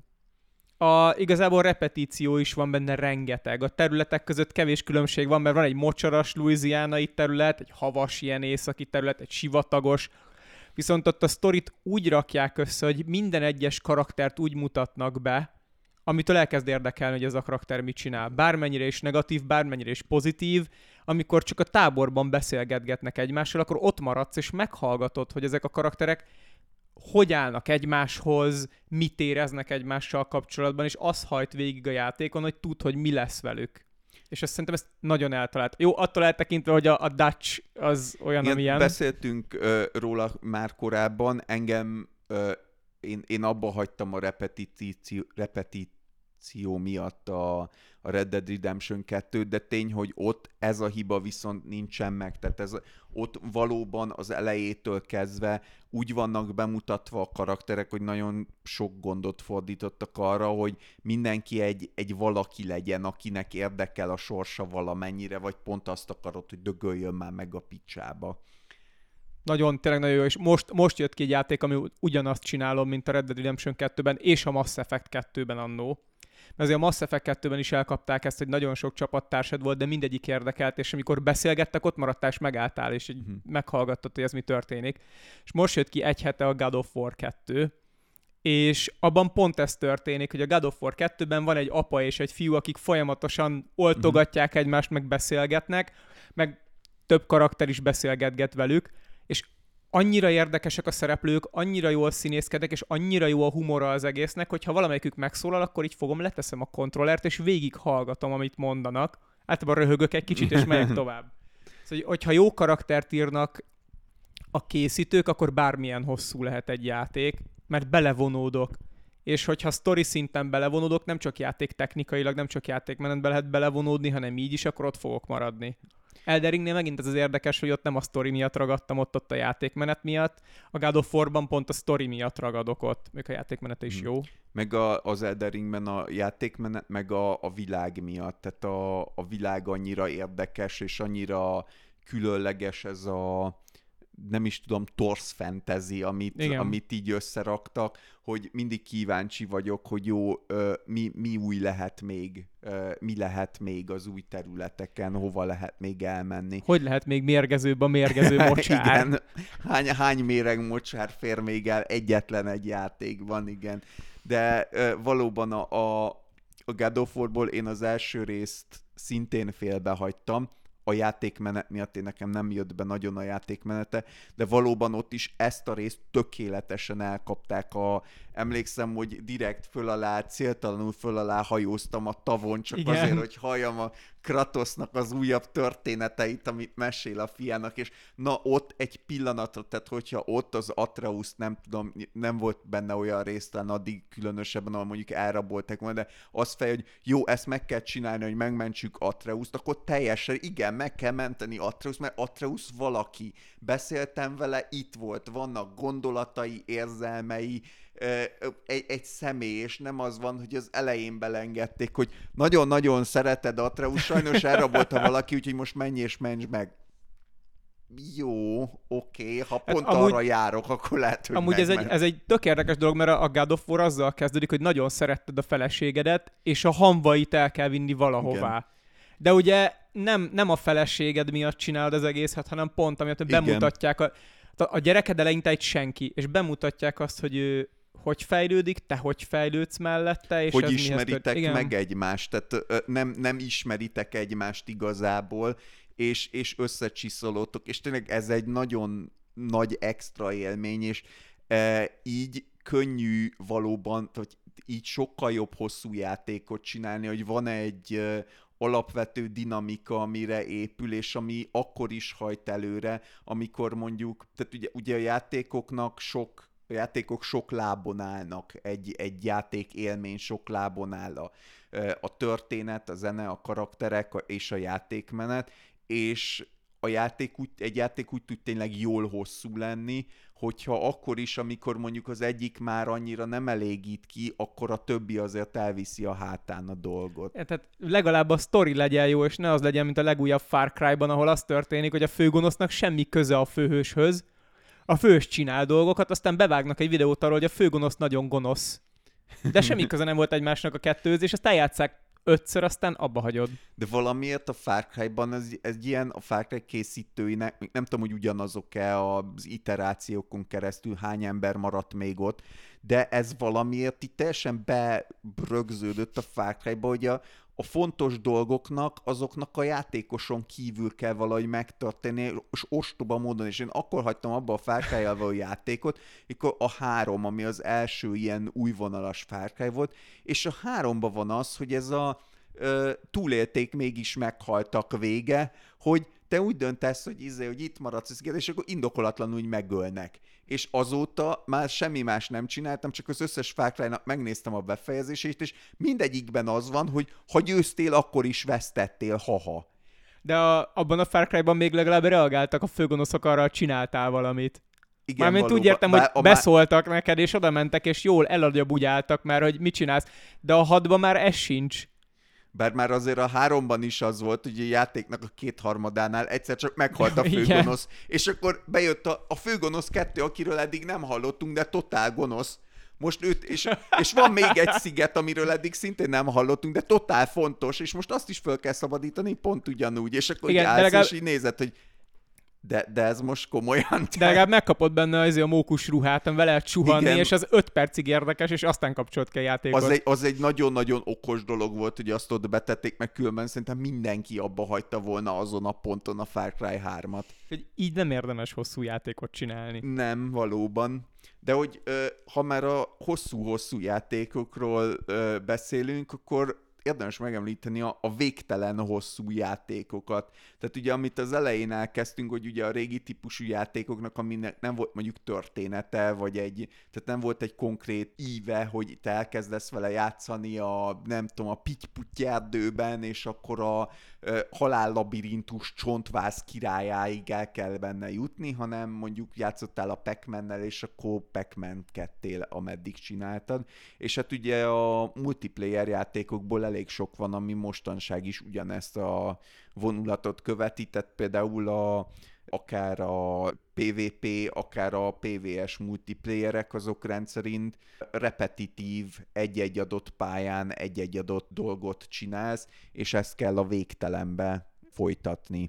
Igazából repetíció is van benne rengeteg. A területek között kevés különbség van, mert van egy mocsaras louisianai terület, egy havas ilyen északi terület, egy sivatagos. Viszont ott a sztorit úgy rakják össze, hogy minden egyes karaktert úgy mutatnak be, amitől elkezd érdekelni, hogy ez a karakter mit csinál. Bármennyire is negatív, bármennyire is pozitív, amikor csak a táborban beszélgetgetnek egymással, akkor ott maradsz és meghallgatod, hogy ezek a karakterek hogy állnak egymáshoz, mit éreznek egymással kapcsolatban, és az hajt végig a játékon, hogy tud, hogy mi lesz velük. És azt szerintem ezt nagyon eltalált. Jó, attól eltekintve, hogy a Dutch az olyan, amilyen. Beszéltünk róla már korábban, engem én abba hagytam a miatt a Red Dead Redemption 2, de tény, hogy ott ez a hiba viszont nincsen meg. Tehát ott valóban az elejétől kezdve úgy vannak bemutatva a karakterek, hogy nagyon sok gondot fordítottak arra, hogy mindenki egy valaki legyen, akinek érdekel a sorsa valamennyire, vagy pont azt akarod, hogy dögöljön már meg a picsába. Tényleg nagyon jó, és most jött ki egy játék, ami ugyanazt csinálom, mint a Red Dead Redemption 2-ben, és a Mass Effect 2-ben annó. Mert azért a Mass Effect 2-ben is elkapták ezt, hogy nagyon sok csapattársad volt, de mindegyik érdekelt, és amikor beszélgettek, ott maradtál, és megálltál, és meghallgattad, hogy ez mi történik. És most jött ki egy hete a God of War 2, és abban pont ez történik, hogy a God of War 2-ben van egy apa és egy fiú, akik folyamatosan oltogatják egymást, meg beszélgetnek, meg több karakter is beszélgetget velük, és annyira érdekesek a szereplők, annyira jól színészkednek, és annyira jó a humora az egésznek, hogy ha valamelyikük megszólal, akkor így fogom, leteszem a kontrollert, és végig hallgatom, amit mondanak. Általában röhögök egy kicsit, és megyek tovább. Szóval, hogyha jó karaktert írnak a készítők, akkor bármilyen hosszú lehet egy játék, mert belevonódok. És hogyha sztori szinten belevonódok, nem csak játék technikailag, nem csak játékmenetben lehet belevonódni, hanem így is, akkor ott fogok maradni. Elden Ringnél megint ez az érdekes, hogy ott nem a sztori miatt ragadtam ott a játékmenet miatt. A God of War-ban pont a sztori miatt ragadok ott, még a játékmenete is jó. Meg az Elden Ringben a játékmenet, meg a világ miatt. Tehát a világ annyira érdekes, és annyira különleges ez a nem is tudom, torsz fantasy, amit így összeraktak, hogy mindig kíváncsi vagyok, hogy jó, mi új lehet még, mi lehet még az új területeken, hova lehet még elmenni. Hogy lehet még mérgezőbb a mérgező mocsár? Igen, hány méreg mocsár fér még el egyetlen egy játékban, igen. De valóban a God of War-ból én az első részt szintén félbehagytam, a játékmenet miatt nekem nem jött be nagyon a játékmenete, de valóban ott is ezt a részt tökéletesen elkapták. Emlékszem, hogy direkt föl alá, céltalanul föl alá hajóztam a tavon, csak igen. Azért, hogy halljam a Kratosnak az újabb történeteit, amit mesél a fiának, és na ott egy pillanatra, tehát hogyha ott az Atreus, nem tudom, nem volt benne olyan résztelen addig különösebben, ahol mondjuk elrabolták volna, de az fej, hogy jó, ezt meg kell csinálni, hogy megmentsük Atreust, akkor teljesen, igen, meg kell menteni Atreust, mert Atreus valaki. Beszéltem vele, itt volt, vannak gondolatai, érzelmei, egy személy, és nem az van, hogy az elején belengedték, hogy nagyon-nagyon szereted Atreus, sajnos elrabolta valaki, úgyhogy most menj és mentsd meg. Jó, oké, ha pont arra járok, akkor lehet, hogy amúgy ez egy tök érdekes dolog, mert a God of War azzal kezdődik, hogy nagyon szeretted a feleségedet, és a hamvait el kell vinni valahová. Igen. De ugye nem a feleséged miatt csinálod az egészet, hanem pont amiatt bemutatják a gyereked eleinte egy senki, és bemutatják azt, hogy ő hogy fejlődik, te hogy fejlődsz mellette, és hogy ismeritek meg egymást, tehát nem ismeritek egymást igazából, és összecsiszolódtok, és tényleg ez egy nagyon nagy extra élmény, és így könnyű valóban, vagy így sokkal jobb hosszú játékot csinálni, hogy van egy alapvető dinamika, amire épül, és ami akkor is hajt előre, amikor mondjuk, tehát ugye a játékok sok lábon állnak, egy játék élmény sok lábon áll, a történet, a zene, a karakterek és a játékmenet, és egy játék úgy tud tényleg jól hosszú lenni, hogyha akkor is, amikor mondjuk az egyik már annyira nem elégít ki, akkor a többi azért elviszi a hátán a dolgot. Tehát legalább a sztori legyen jó, és ne az legyen, mint a legújabb Far Cry-ban, ahol az történik, hogy a főgonosznak semmi köze a főhőshöz, a főhős csinál dolgokat, aztán bevágnak egy videót arról, hogy a főgonosz nagyon gonosz. De semmi köze nem volt egymásnak a kettőhöz, és ezt eljátsszák 5-ször, aztán abba hagyod. De valamiért a Far Cry-ban ez ilyen a Far Cry készítőinek, nem tudom, hogy ugyanazok-e az iterációkon keresztül, hány ember maradt még ott, de ez valamiért itt teljesen berögződött a Far Cry-ba, hogy a fontos dolgoknak, azoknak a játékoson kívül kell valahogy megtörténni, és ostoba módon, és én akkor hagytam abba a Far Cry-jal való játékot, mikor a 3, ami az első ilyen újvonalas Far Cry volt, és a 3-ban van az, hogy ez túlélték, mégis meghaltak vége, hogy te úgy döntesz, hogy itt maradsz a sziget, és akkor indokolatlanul úgy megölnek. És azóta már semmi más nem csináltam, csak az összes Far Cry-nak megnéztem a befejezését, és mindegyikben az van, hogy ha győztél, akkor is vesztettél, haha. De abban a Far Cry-ban még legalább reagáltak a főgonoszok arra, hogy csináltál valamit. Igen, mármint úgy értem, hogy beszóltak neked, és oda mentek, és jól eladjabugyáltak már, hogy mit csinálsz. De a 6-ban már ez sincs. Bár már azért a 3-ban is az volt, hogy a játéknak a 2/3-ánál egyszer csak meghalt a főgonosz, és akkor bejött a főgonosz 2, akiről eddig nem hallottunk, de totál gonosz. Most őt, és van még egy sziget, amiről eddig szintén nem hallottunk, de totál fontos, és most azt is föl kell szabadítani, pont ugyanúgy, és akkor igen, állsz, és így nézed, hogy de ez most komolyan. De legalább megkapod benne a mókus ruhát, amivel lehet suhanni, igen. És az 5 percig érdekes, és aztán kapcsolt ki a játékot. Az egy nagyon-nagyon okos dolog volt, hogy azt ott betették, meg különben szerintem mindenki abba hagyta volna azon a ponton a Far Cry 3-at. Hogy így nem érdemes hosszú játékot csinálni. Nem, valóban. De hogy ha már a hosszú-hosszú játékokról beszélünk, akkor érdemes megemlíteni a végtelen hosszú játékokat. Tehát ugye, amit az elején elkezdtünk, hogy ugye a régi típusú játékoknak, aminek nem volt mondjuk története, tehát nem volt egy konkrét íve, hogy te elkezdesz vele játszani nem tudom, a Pitty erdőben, és akkor a halállabirintus csontváz királyáig el kell benne jutni, hanem mondjuk játszottál a Pac-Man-nel, és akkor Pac-Man kettél, ameddig csináltad. És hát ugye a multiplayer játékokból elég sok van, ami mostanság is ugyanezt a vonulatot követi, tehát például akár a PvP, akár a PvS multiplayerek, azok rendszerint repetitív, egy-egy adott pályán egy-egy adott dolgot csinálsz, és ezt kell a végtelenbe folytatni.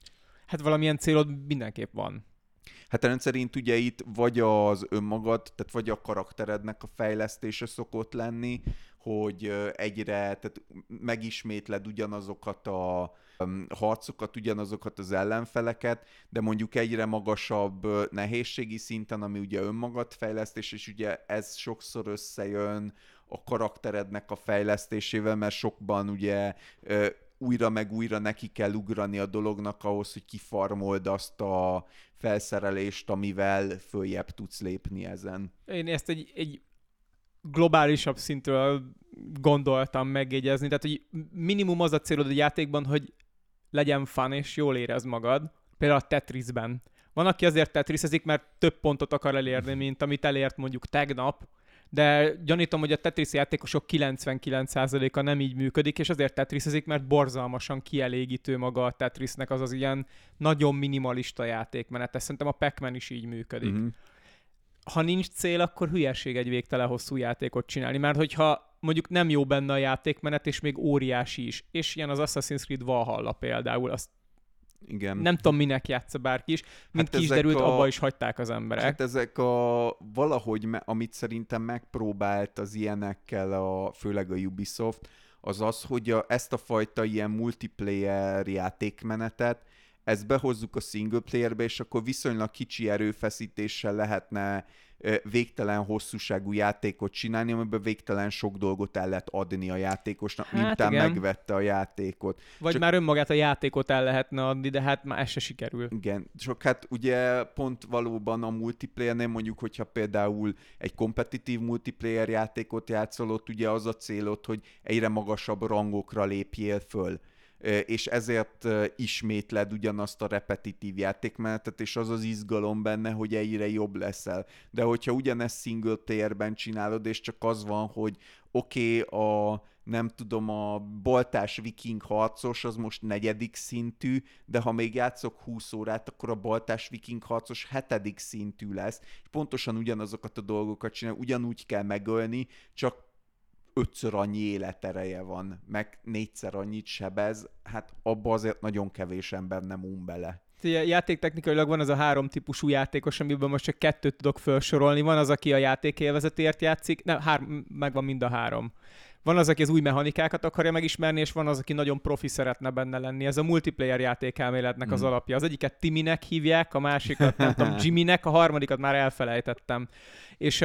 Hát valamilyen célod mindenképp van. Hát rendszerint ugye itt vagy az önmagad, tehát vagy a karakterednek a fejlesztése szokott lenni, hogy tehát megismétled ugyanazokat a harcokat, ugyanazokat az ellenfeleket, de mondjuk egyre magasabb nehézségi szinten, ami ugye önmagad fejlesztés, és ugye ez sokszor összejön a karakterednek a fejlesztésével, mert sokban ugye újra meg újra neki kell ugrani a dolognak ahhoz, hogy kifarmold azt a felszerelést, amivel följebb tudsz lépni ezen. Én ezt egy globálisabb szintről gondoltam megjegyezni, tehát hogy minimum az a célod a játékban, hogy legyen fun és jól érezd magad. Például a Tetrisben. Van, aki azért tetrisezik, mert több pontot akar elérni, mint amit elért mondjuk tegnap, de gyanítom, hogy a Tetris játékosok 99%-a nem így működik, és azért tetrisezik, mert borzalmasan kielégítő maga a Tetrisnek az ilyen nagyon minimalista játékmenete. Szerintem a Pac-Man is így működik. Mm-hmm. Ha nincs cél, akkor hülyeség egy végtelen hosszú játékot csinálni, mert hogyha mondjuk nem jó benne a játékmenet, és még óriási is, és ilyen az Assassin's Creed Valhalla például, azt igen. Nem tudom, minek játsza bárki is, mint ki is derült, abba is hagyták az emberek. Hát ezek valahogy, amit szerintem megpróbált az ilyenekkel, főleg a Ubisoft, az, hogy ezt a fajta ilyen multiplayer játékmenetet, ezt behozzuk a single playerbe, és akkor viszonylag kicsi erőfeszítéssel lehetne végtelen hosszúságú játékot csinálni, amiben végtelen sok dolgot el lehet adni a játékosnak, hát miután megvette a játékot. Vagy már önmagát a játékot el lehetne adni, de hát már ez se sikerül. Igen, csak hát ugye pont valóban a multiplayernél mondjuk, hogyha például egy kompetitív multiplayer játékot játszol, ott ugye az a célod, hogy egyre magasabb rangokra lépjél föl, és ezért ismétled ugyanazt a repetitív játékmenetet, és az az izgalom benne, hogy egyre jobb leszel. De hogyha ugyanezt single playerben csinálod, és csak az van, hogy nem tudom, a baltás viking harcos az most 4. szintű, de ha még játszok 20 órát, akkor a baltás viking harcos 7. szintű lesz, és pontosan ugyanazokat a dolgokat csinál, ugyanúgy kell megölni, csak 5-ször annyi életereje van, meg 4-szer annyit sebez, hát abba azért nagyon kevés ember nem bele. Játéktechnikailag van az a 3 típusú játékos, amiből most csak 2 tudok felsorolni. Van az, aki a játékélvezetért játszik, megvan mind a 3. Van az, aki az új mechanikákat akarja megismerni, és van az, aki nagyon profi szeretne benne lenni. Ez a multiplayer játékelméletnek az alapja. Az egyiket Timinek hívják, a másikat nem tudom, Jimmynek, a harmadikat már elfelejtettem. És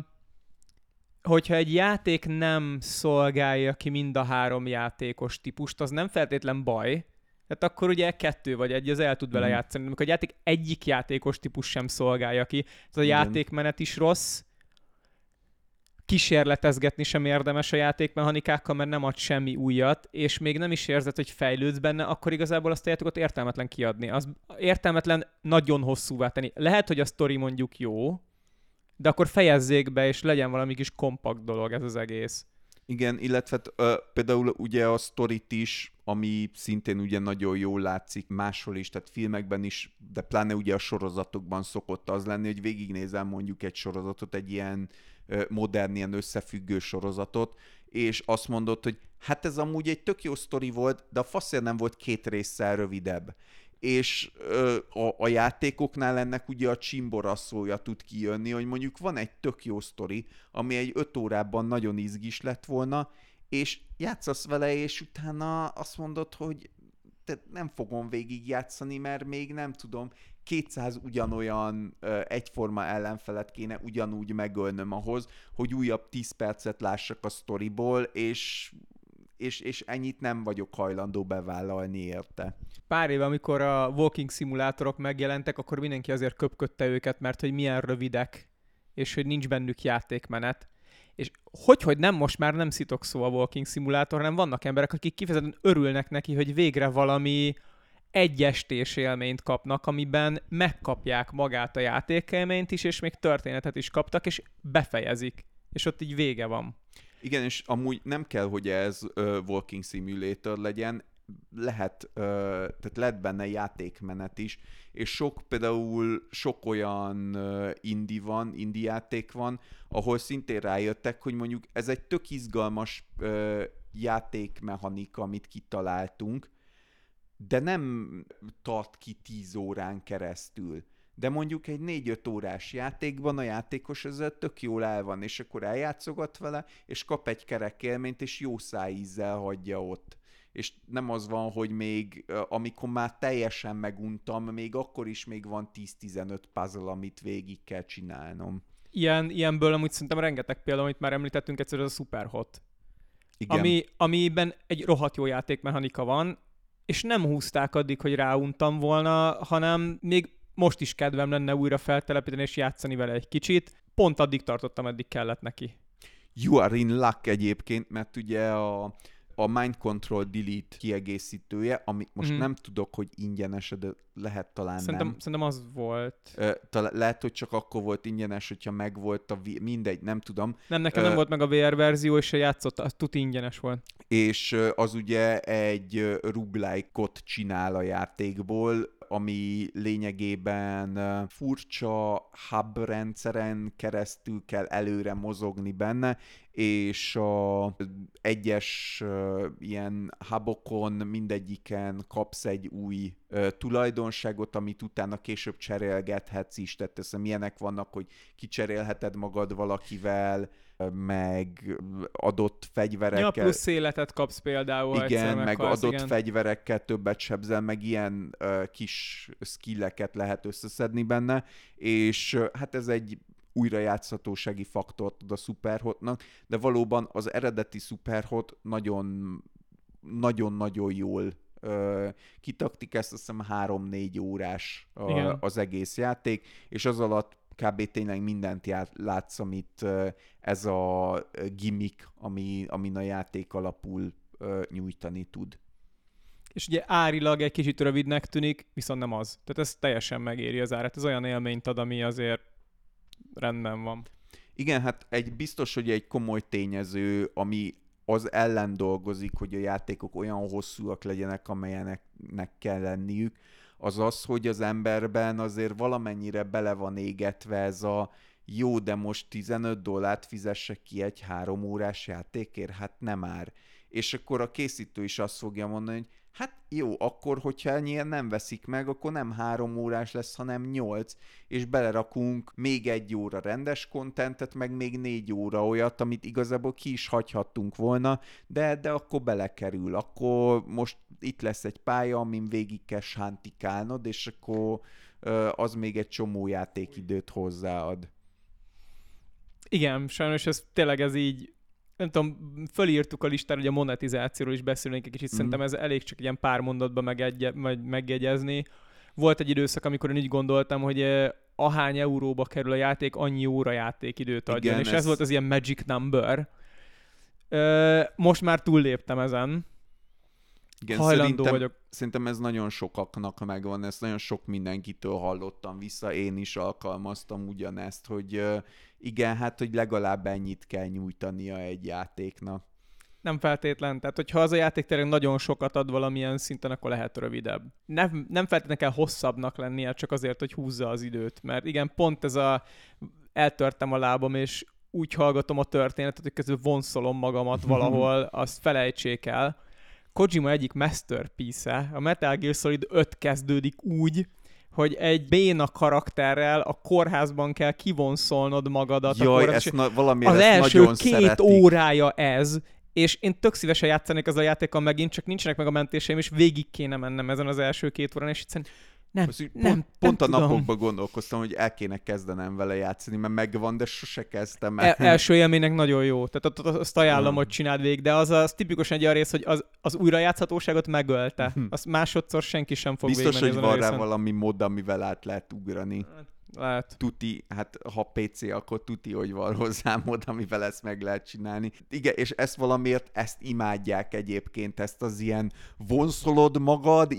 hogyha egy játék nem szolgálja ki mind a 3 játékos típust, az nem feltétlen baj. Tehát akkor ugye 2 vagy 1, az el tud vele játszani. Amikor a játék egyik játékos típus sem szolgálja ki. Ez a játékmenet is rossz. Kísérletezgetni sem érdemes a játékmechanikákkal, mert nem ad semmi újat, és még nem is érzed, hogy fejlődsz benne, akkor igazából azt a játékot értelmetlen kiadni. Az értelmetlen nagyon hosszúvá tenni. Lehet, hogy a sztori mondjuk jó, de akkor fejezzék be, és legyen valami kis kompakt dolog ez az egész. Igen, illetve például ugye a sztorit is, ami szintén ugye nagyon jól látszik máshol is, tehát filmekben is, de pláne ugye a sorozatokban szokott az lenni, hogy végignézem mondjuk egy sorozatot, egy ilyen modern, ilyen összefüggő sorozatot, és azt mondod, hogy hát ez amúgy egy tök jó sztori volt, de a faszért nem volt 2 résszel rövidebb. És a játékoknál ennek ugye a csimboraszója tud kijönni, hogy mondjuk van egy tök jó sztori, ami egy 5 órában nagyon izgis lett volna, és játszasz vele, és utána azt mondod, hogy te nem fogom végigjátszani, mert még nem tudom, 200 ugyanolyan egyforma ellenfelet kéne ugyanúgy megölnöm ahhoz, hogy újabb 10 percet lássak a sztoriból, és ennyit nem vagyok hajlandó bevállalni érte. Pár éve, amikor a walking szimulátorok megjelentek, akkor mindenki azért köpködte őket, mert hogy milyen rövidek, és hogy nincs bennük játékmenet. És hogy nem, most már nem szitok szó a walking szimulátor, hanem vannak emberek, akik kifejezetten örülnek neki, hogy végre valami egyestés élményt kapnak, amiben megkapják magát a játékélményt is, és még történetet is kaptak, és befejezik. És ott így vége van. Igen, és amúgy nem kell, hogy ez walking simulator legyen, tehát lehet benne játékmenet is, és például sok olyan indie játék van, ahol szintén rájöttek, hogy mondjuk ez egy tök izgalmas játékmechanika, amit kitaláltunk, de nem tart ki 10 órán keresztül. De mondjuk egy 4-5 órás játékban a játékos ezzel tök jól el van, és akkor eljátszogat vele, és kap egy kerek élményt, és jó szájízzel hagyja ott. És nem az van, hogy még amikor már teljesen meguntam, még akkor is még van 10-15 puzzle, amit végig kell csinálnom. Ilyenből amúgy szerintem rengeteg példa, amit már említettünk egyszer, az a Superhot. Igen. Amiben egy rohadt jó játékmechanika van, és nem húzták addig, hogy ráuntam volna, hanem még most is kedvem lenne újra feltelepíteni és játszani vele egy kicsit. Pont addig tartottam, eddig kellett neki. You are in luck egyébként, mert ugye a Mind Control Delete kiegészítője, amit most nem tudok, hogy ingyenes, de lehet talán Szerintem az volt. Lehet, hogy csak akkor volt ingyenes, hogyha megvolt mindegy, nem tudom. Nem, nekem nem volt meg a VR verzió, és se játszott, az tuti ingyenes volt. És az ugye egy roguelike-ot csinál a játékból, ami lényegében furcsa hub rendszeren keresztül kell előre mozogni benne, és egyes ilyen hubokon mindegyiken kapsz egy új tulajdonságot, amit utána később cserélgethetsz is. Tehát ilyenek vannak, hogy kicserélheted magad valakivel, meg adott fegyverekkel. Ja, plusz életet kapsz például. Igen, meg adott fegyverekkel többet sebzel, meg ilyen kis skilleket lehet összeszedni benne, és hát ez egy újrajátszhatósági faktort ad a Superhotnak, de valóban az eredeti Superhot nagyon-nagyon jól kitaktik, ezt azt hiszem 3-4 órás az egész játék, és az alatt kb. Tényleg mindent látsz, amit ez a gimmick, amin a játék alapul nyújtani tud. És ugye árilag egy kicsit rövidnek tűnik, viszont nem az. Tehát ez teljesen megéri az árat. Ez olyan élményt ad, ami azért rendben van. Igen, hát biztos, hogy egy komoly tényező, ami az ellen dolgozik, hogy a játékok olyan hosszúak legyenek, amelyenek kell lenniük, az az, hogy az emberben azért valamennyire bele van égetve ez a jó, de most $15 fizessek ki egy 3 órás játékért? Hát nem ár. És akkor a készítő is azt fogja mondani, hogy hát jó, akkor, hogyha ennyien nem veszik meg, akkor nem 3 órás lesz, hanem 8, és belerakunk még 1 óra rendes kontentet, meg még 4 óra olyat, amit igazából ki is hagyhattunk volna, de akkor belekerül. Akkor most itt lesz egy pálya, amin végig kell sántikálnod, és akkor az még egy csomó játékidőt hozzáad. Igen, sajnos ez tényleg ez így nem tudom, fölírtuk a listára, hogy a monetizációról is beszélnénk egy kicsit, szerintem ez elég csak ilyen pár mondatban megjegyezni. Volt egy időszak, amikor én úgy gondoltam, hogy ahány euróba kerül a játék, annyi óra játékidőt adjon, és ez volt az ilyen magic number. Most már túlléptem ezen. Igen, szerintem ez nagyon sokaknak megvan, ezt nagyon sok mindenkitől hallottam vissza, én is alkalmaztam ugyanezt, hogy igen, hát, hogy legalább ennyit kell nyújtania egy játéknak. Nem feltétlen, tehát hogyha az a játék tényleg nagyon sokat ad valamilyen szinten, akkor lehet rövidebb. Nem feltétlenül kell hosszabbnak lennie, csak azért, hogy húzza az időt, mert igen, pont ez eltörtem a lábam, és úgy hallgatom a történetet, hogy közül vonszolom magamat valahol, azt felejtsék el. Kojima egyik masterpiece-e, a Metal Gear Solid 5 kezdődik úgy, hogy egy béna karakterrel a kórházban kell kivonszolnod magadat. Jaj, az első 2 órája ez, és én tök szívesen játszanék az a játékkal megint, csak nincsenek meg a mentéseim, és végig kéne mennem ezen az első 2 órán, és egyszerűen Pont a napokban gondolkoztam, hogy el kéne kezdenem vele játszani, mert megvan, de sose kezdtem el. Első élménynek nagyon jó. Tehát azt ajánlom, hogy csináld végig, de az tipikusan egy olyan rész, hogy az újrajátszhatóságot megölte. Azt másodszor senki sem fog biztos, végigmenni. Biztos, hogy van rá valami mód, amivel át lehet ugrani. Lehet. Tuti, hát ha PC, akkor tuti, hogy van hozzá mód, amivel ezt meg lehet csinálni. Igen, és ezt valamiért, ezt imádják egyébként, ezt az ilyen vonszolod magad,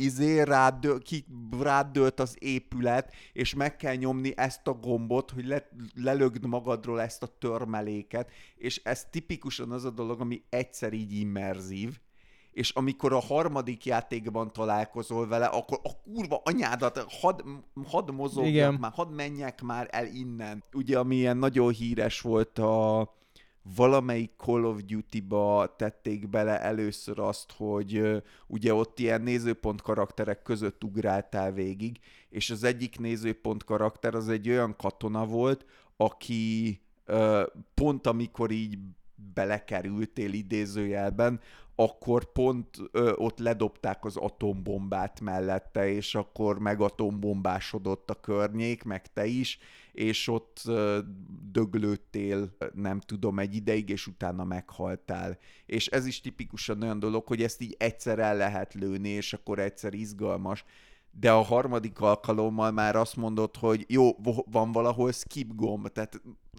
rád dőlt az épület, és meg kell nyomni ezt a gombot, hogy lelögd magadról ezt a törmeléket, és ez tipikusan az a dolog, ami egyszer így immerzív, és amikor a harmadik játékban találkozol vele, akkor a kurva anyádat, hadd mozogjak már, hadd menjek már el innen. Ugye, ami ilyen nagyon híres volt, valamelyik Call of Duty-ba tették bele először azt, hogy ugye ott ilyen nézőpont karakterek között ugráltál végig, és az egyik nézőpont karakter az egy olyan katona volt, aki pont amikor így belekerültél idézőjelben, akkor pont ott ledobták az atombombát mellette, és akkor megatombomásodott a környék, meg te is, és ott döglődtél, nem tudom, egy ideig, és utána meghaltál. És ez is tipikusan olyan dolog, hogy ezt így egyszer el lehet lőni, és akkor egyszer izgalmas. De a harmadik alkalommal már azt mondod, hogy jó, van valahol skip gomb, tehát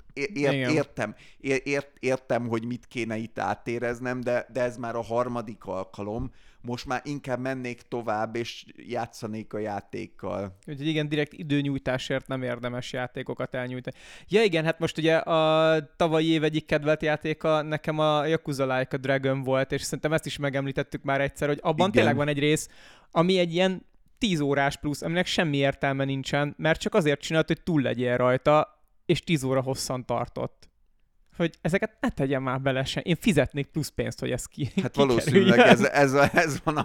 értem, hogy mit kéne itt átéreznem, de ez már a harmadik alkalom, most már inkább mennék tovább, és játszanék a játékkal. Úgyhogy igen, direkt időnyújtásért nem érdemes játékokat elnyújtani. Ja igen, hát most ugye a tavalyi év egyik kedvelt játéka nekem a Yakuza Like a Dragon volt, és szerintem ezt is megemlítettük már egyszer, hogy abban tényleg van egy rész, ami egy ilyen 10 órás plusz, aminek semmi értelme nincsen, mert csak azért csinált, hogy túl legyél rajta, és 10 óra hosszan tartott. Hogy ezeket ne tegyen már bele sem. Én fizetnék plusz pénzt, hogy ez Hát valószínűleg ez van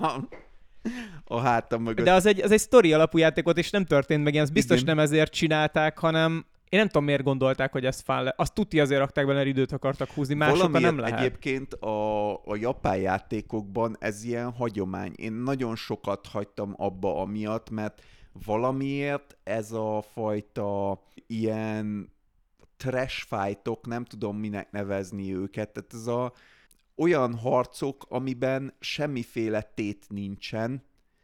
a hátam mögött. De az egy sztori alapú játék volt, és nem történt meg, ez biztos nem ezért csinálták, hanem én nem tudom, miért gondolták, hogy ez fán le. Azt tuti azért rakták bele, mert időt akartak húzni, másokkal nem lehet. Egyébként a japán játékokban ez ilyen hagyomány. Én nagyon sokat hagytam abba amiatt, mert valamiért ez a fajta ilyen trash fightok, nem tudom minek nevezni őket, tehát ez olyan harcok, amiben semmiféle tét nincsen,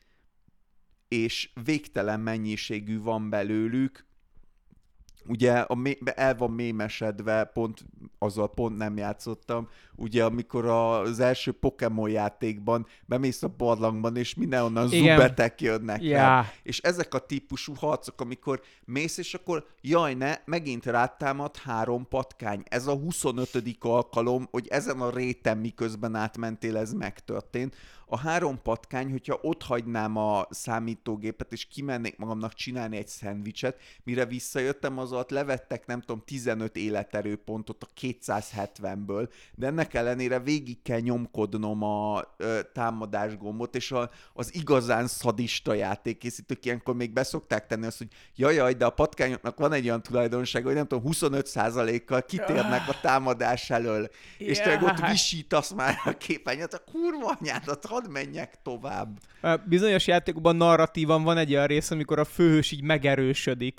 és végtelen mennyiségű van belőlük. Ugye el van mémesedve, pont nem játszottam, ugye amikor az első Pokémon játékban bemész a barlangban, és mindenhonnan zubetek jönnek el. És ezek a típusú harcok, amikor mész, és akkor jaj ne, megint rátámad 3 patkány. Ez a 25. alkalom, hogy ezen a réten miközben átmentél, ez megtörtént. A 3 patkány, hogyha ott hagynám a számítógépet, és kimennék magamnak csinálni egy szendvicset, mire visszajöttem, az alatt levettek, nem tudom, 15 életerőpontot a 270-ből, de ennek ellenére végig kell nyomkodnom a támadásgombot, és az igazán szadista játékkészítők ilyenkor még beszokták tenni azt, hogy jaj, de a patkányoknak van egy olyan tulajdonság, hogy nem tudom, 25%-kal kitérnek a támadás elől, és te ott visítasz már a képernyőt, a kurva anyádat, hadd menjek tovább. Bizonyos játékokban narratívan van egy olyan rész, amikor a főhős így megerősödik,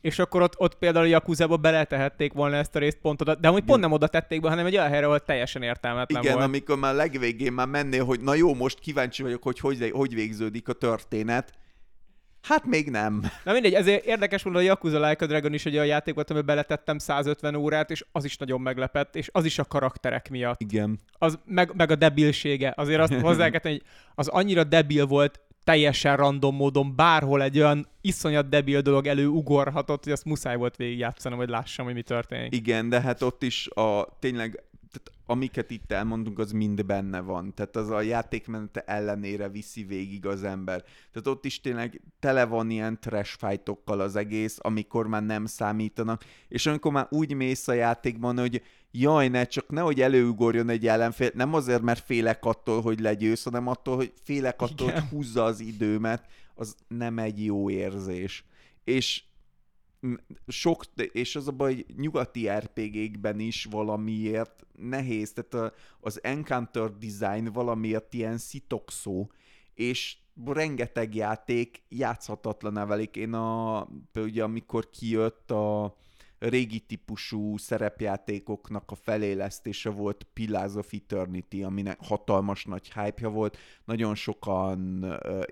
és akkor ott például a Yakuza-ba beletehették volna ezt a részt pont oda, de amúgy pont nem oda tették be, hanem egy olyan helyre, ahol teljesen értelmetlen igen, volt. amikor már legvégén már mennél, hogy na jó, most kíváncsi vagyok, hogy végződik a történet. Hát még nem. Na mindegy, ezért érdekes volt a Yakuza Like a Dragon is, hogy a játék volt, amiben beletettem 150 órát, és az is nagyon meglepett, és az is a karakterek miatt. Igen. Az, meg a debilsége. Azért azt hozzá kell tenni, hogy az annyira debil volt, teljesen random módon bárhol egy olyan iszonyat debil dolog előugorhatott, hogy azt muszáj volt végigjátszanom, hogy lássam, hogy mi történik. Igen, de hát ott is tényleg, tehát amiket itt elmondunk, az mind benne van. Tehát az a játékmenete ellenére viszi végig az ember. Tehát ott is tényleg tele van ilyen trash fightokkal az egész, amikor már nem számítanak, és amikor már úgy mész a játékban, hogy jaj, ne, csak nehogy előugorjon egy ellenfél, nem azért, mert félek attól, hogy legyőz, hanem attól, hogy félek attól, hogy húzza az időmet, az nem egy jó érzés. És és az a baj, hogy nyugati RPG-kben is valamiért nehéz, tehát az encounter design valamiért ilyen szitokszó, és rengeteg játék játszhatatlaná válik. Én ugye amikor kijött a régi típusú szerepjátékoknak a felélesztése volt Pillars of Eternity, aminek hatalmas nagy hype-ja volt, nagyon sokan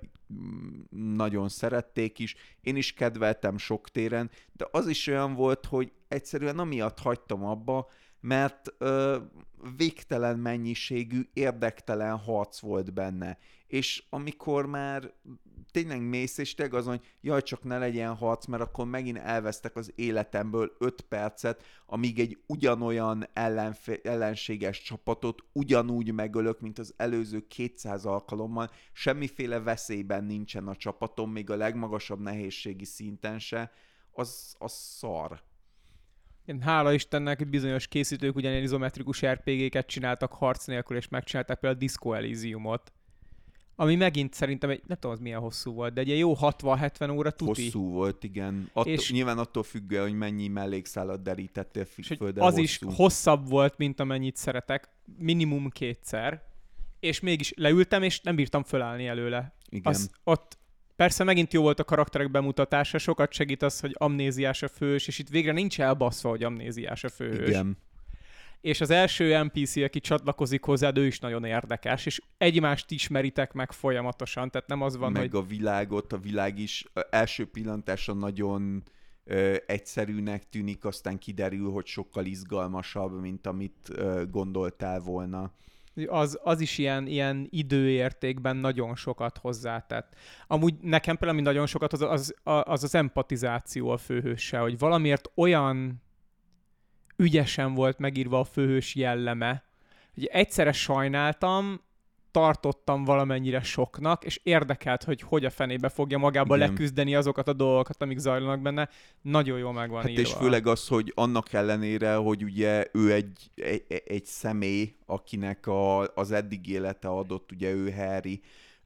nagyon szerették is, én is kedveltem sok téren, de az is olyan volt, hogy egyszerűen amiatt hagytam abba, mert végtelen mennyiségű, érdektelen harc volt benne. És amikor már tényleg mész, és tényleg azon, hogy jaj, csak ne legyen harc, mert akkor megint elvesztek az életemből 5 percet, amíg egy ugyanolyan ellenséges csapatot ugyanúgy megölök, mint az előző 200 alkalommal, semmiféle veszélyben nincsen a csapatom, még a legmagasabb nehézségi szinten se, az szar. Hála Istennek, hogy bizonyos készítők ugyanilyen izometrikus RPG-ket csináltak harc nélkül, és megcsinálták például a Disco Elysiumot. Ami megint szerintem nem tudom, az milyen hosszú volt, de egy jó 60-70 óra tuti. Hosszú volt, igen. Nyilván attól függően, hogy mennyi mellékszálat derítettél földre. Az is hosszabb volt, mint amennyit szeretek, minimum 2-szer, és mégis leültem, és nem bírtam fölállni előle. Igen. Ott persze megint jó volt a karakterek bemutatása, sokat segít az, hogy amnéziás a főhős, és itt végre nincs elbaszva, hogy amnéziás a főhős. Igen. És az első NPC, aki csatlakozik hozzád, ő is nagyon érdekes, és egymást ismeritek meg folyamatosan, tehát nem az van, meg hogy... a világ is első pillantásra nagyon egyszerűnek tűnik, aztán kiderül, hogy sokkal izgalmasabb, mint amit gondoltál volna. Az is ilyen időértékben nagyon sokat hozzátett. Amúgy nekem például, ami nagyon sokat az empatizáció a főhőssel, hogy valamiért olyan ügyesen volt megírva a főhős jelleme, hogy egyszerre sajnáltam, tartottam valamennyire soknak, és érdekelt, hogy a fenébe fogja magába leküzdeni azokat a dolgokat, amik zajlanak benne. Nagyon jól meg van írva. És főleg az, hogy annak ellenére, hogy ugye ő egy személy, akinek az eddig élete adott, ugye ő Harry,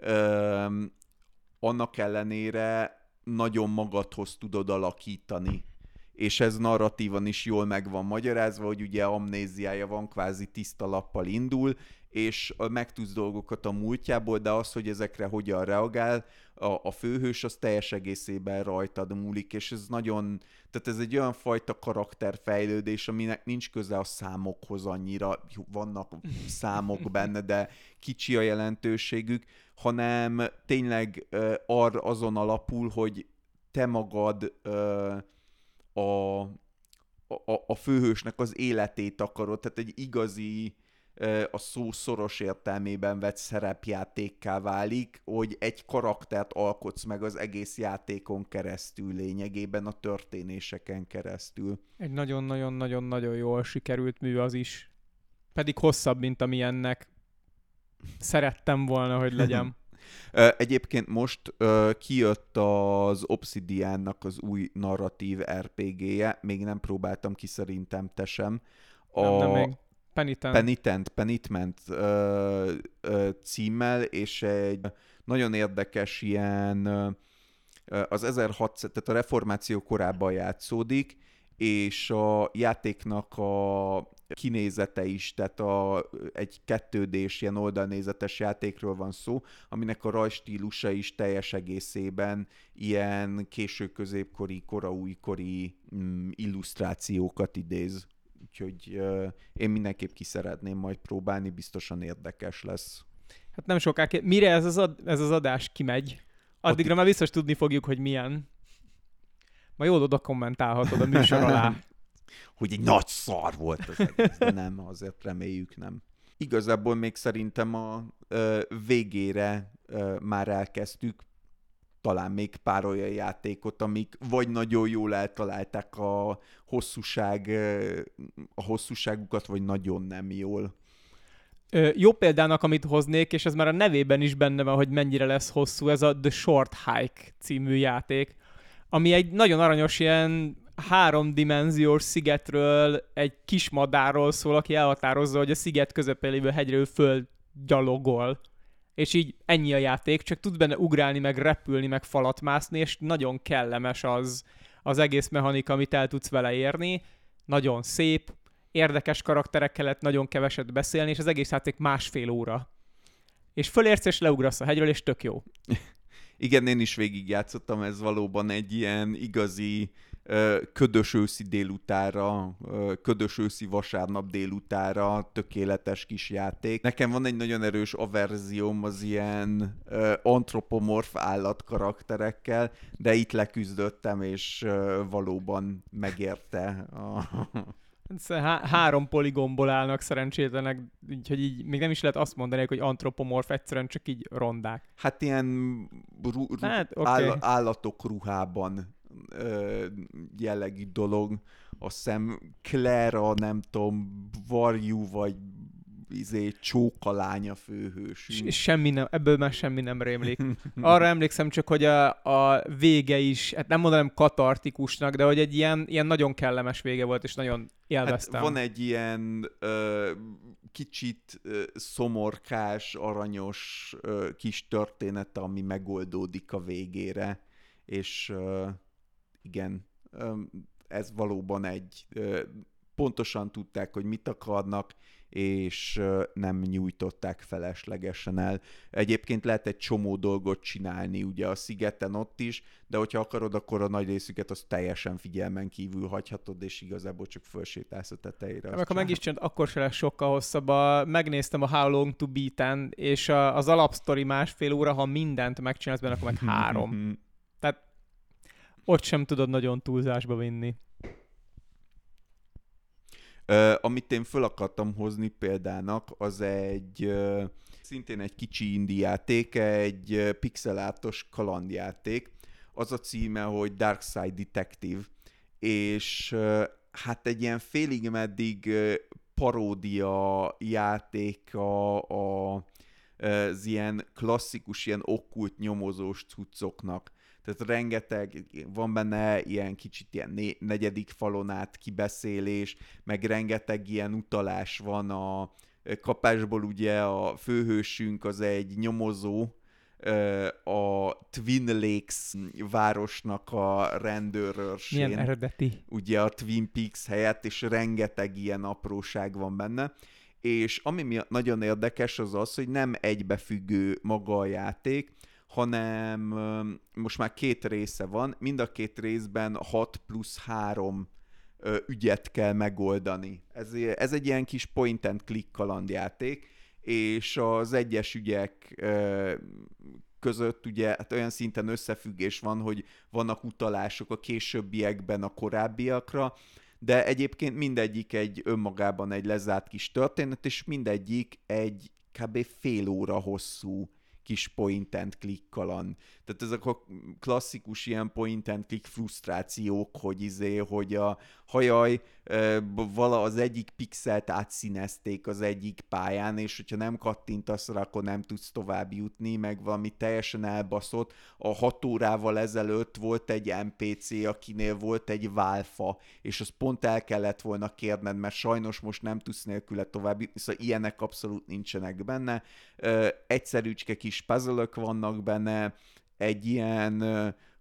annak ellenére nagyon magadhoz tudod alakítani. És ez narratívan is jól meg van magyarázva, hogy ugye amnéziája van, kvázi tiszta lappal indul, és megtudsz dolgokat a múltjából, de az, hogy ezekre hogyan reagál, a főhős az teljes egészében rajtad múlik, és ez nagyon, tehát ez egy olyan fajta karakterfejlődés, aminek nincs köze a számokhoz annyira, vannak számok benne, de kicsi a jelentőségük, hanem tényleg azon alapul, hogy te magad a főhősnek az életét akarod, tehát egy igazi, a szó szoros értelmében vett szerepjátékká válik, hogy egy karaktert alkotsz meg az egész játékon keresztül, lényegében a történéseken keresztül. Egy nagyon-nagyon-nagyon-nagyon jól sikerült mű az is. Pedig hosszabb, mint amilyennek szerettem volna, hogy legyen. Egyébként most kijött az Obsidiannak az új narratív RPG-je, még nem próbáltam ki, szerintem te sem. Nem még. Penitment címmel, és egy nagyon érdekes ilyen az 1600, tehát a reformáció korában játszódik, és a játéknak kinézete is, tehát egy 2D-s ilyen oldalnézetes játékról van szó, aminek a rajstílusa is teljes egészében ilyen késő-középkori, koraújkori illusztrációkat idéz. Úgyhogy én mindenképp ki szeretném majd próbálni, biztosan érdekes lesz. Hát nem soká, mire ez az adás kimegy, addigra már biztos tudni fogjuk, hogy milyen. Ma jól oda kommentálhatod a műsor alá. Hogy egy nagy szar volt az egész, de nem, azért reméljük nem. Igazából még szerintem a végére már elkezdtük, talán még pár olyan játékot, amik vagy nagyon jól eltalálták a hosszúságukat, vagy nagyon nem jól. Jó példának, amit hoznék, és ez már a nevében is benne van, hogy mennyire lesz hosszú, ez a The Short Hike című játék, ami egy nagyon aranyos ilyen 3D szigetről, egy kis madárról szól, aki elhatározza, hogy a sziget közepén lévő hegyről fölgyalogol. És így ennyi a játék, csak tud benne ugrálni, meg repülni, meg falat mászni, és nagyon kellemes az egész mechanika, amit el tudsz vele érni. Nagyon szép, érdekes karakterekkel lehet nagyon keveset beszélni, és az egész játék 1,5 óra. És fölérsz, és leugrasz a hegyről, és tök jó. Igen, én is végigjátszottam, ez valóban egy ilyen igazi ködös őszi délutára, ködös őszi vasárnap délutára tökéletes kis játék. Nekem van egy nagyon erős averzióm az ilyen antropomorf állatkarakterekkel, de itt leküzdöttem, és valóban megérte. 3 poligomból állnak szerencsétlenek, úgyhogy így még nem is lehet azt mondani, hogy antropomorf, egyszerűen csak így rondák. Hát ilyen állatok ruhában jellegű dolog. Azt hiszem Clara, nem tudom, varjú vagy csókalánya főhős. És ebből már semmi nem rémlik. Arra emlékszem csak, hogy a vége is, hát nem mondanám katartikusnak, de hogy egy ilyen nagyon kellemes vége volt, és nagyon élveztem. Hát van egy ilyen kicsit szomorkás, aranyos kis történet, ami megoldódik a végére, és igen, ez valóban pontosan tudták, hogy mit akarnak, és nem nyújtották feleslegesen el. Egyébként lehet egy csomó dolgot csinálni ugye a szigeten ott is, de hogyha akarod, akkor a nagy részüket azt teljesen figyelmen kívül hagyhatod, és igazából csak fölsétálsz a tetejére. Ha meg is csinált, akkor se lesz sokkal hosszabb. Megnéztem a How Long to Beat-en, és az alapsztori 1,5 óra, ha mindent megcsinálsz benne, akkor meg 3. Tehát ott sem tudod nagyon túlzásba vinni. Amit én föl akartam hozni példának, az szintén egy kicsi indie játék, egy pixelátos kalandjáték. Az a címe, hogy Dark Side Detective, és hát egy ilyen félig meddig paródia játék az ilyen klasszikus, ilyen okkult nyomozós cuccoknak. Tehát rengeteg, van benne ilyen kicsit ilyen negyedik falon át kibeszélés, meg rengeteg ilyen utalás van a kapásból, ugye a főhősünk az egy nyomozó, a Twin Lakes városnak a rendőrőrsén. Milyen eredeti. Ugye a Twin Peaks helyett, és rengeteg ilyen apróság van benne. És ami nagyon érdekes az az, hogy nem egybefüggő maga a játék, hanem most már 2 része van, mind a 2 részben 6+3 ügyet kell megoldani. Ez egy ilyen kis point and click kalandjáték, és az egyes ügyek között ugye hát olyan szinten összefüggés van, hogy vannak utalások a későbbiekben a korábbiakra, de egyébként mindegyik egy önmagában egy lezárt kis történet, és mindegyik egy kb. Fél óra hosszú kis point and click kaland. Tehát ezek a klasszikus ilyen point and click frusztrációk, hogy a hajaj, vala az egyik pixelt átszínezték az egyik pályán, és hogyha nem kattintasz rá, akkor nem tudsz tovább jutni, meg valami teljesen elbaszott. A 6 órával ezelőtt volt egy NPC, akinél volt egy válfa, és azt pont el kellett volna kérned, mert sajnos most nem tudsz nélküle tovább jutni, szóval ilyenek abszolút nincsenek benne. Egyszerűcske kis puzzle-ök vannak benne, egy ilyen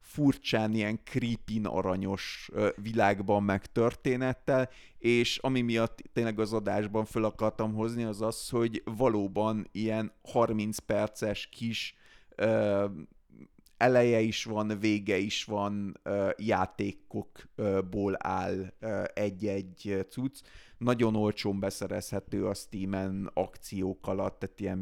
furcsán ilyen creepy aranyos világban meg történettel, és ami miatt tényleg az adásban föl akartam hozni, az az, hogy valóban ilyen 30 perces kis eleje is van, vége is van, játékokból áll egy-egy cucc. Nagyon olcsón beszerezhető a Steamen akciók alatt, tehát ilyen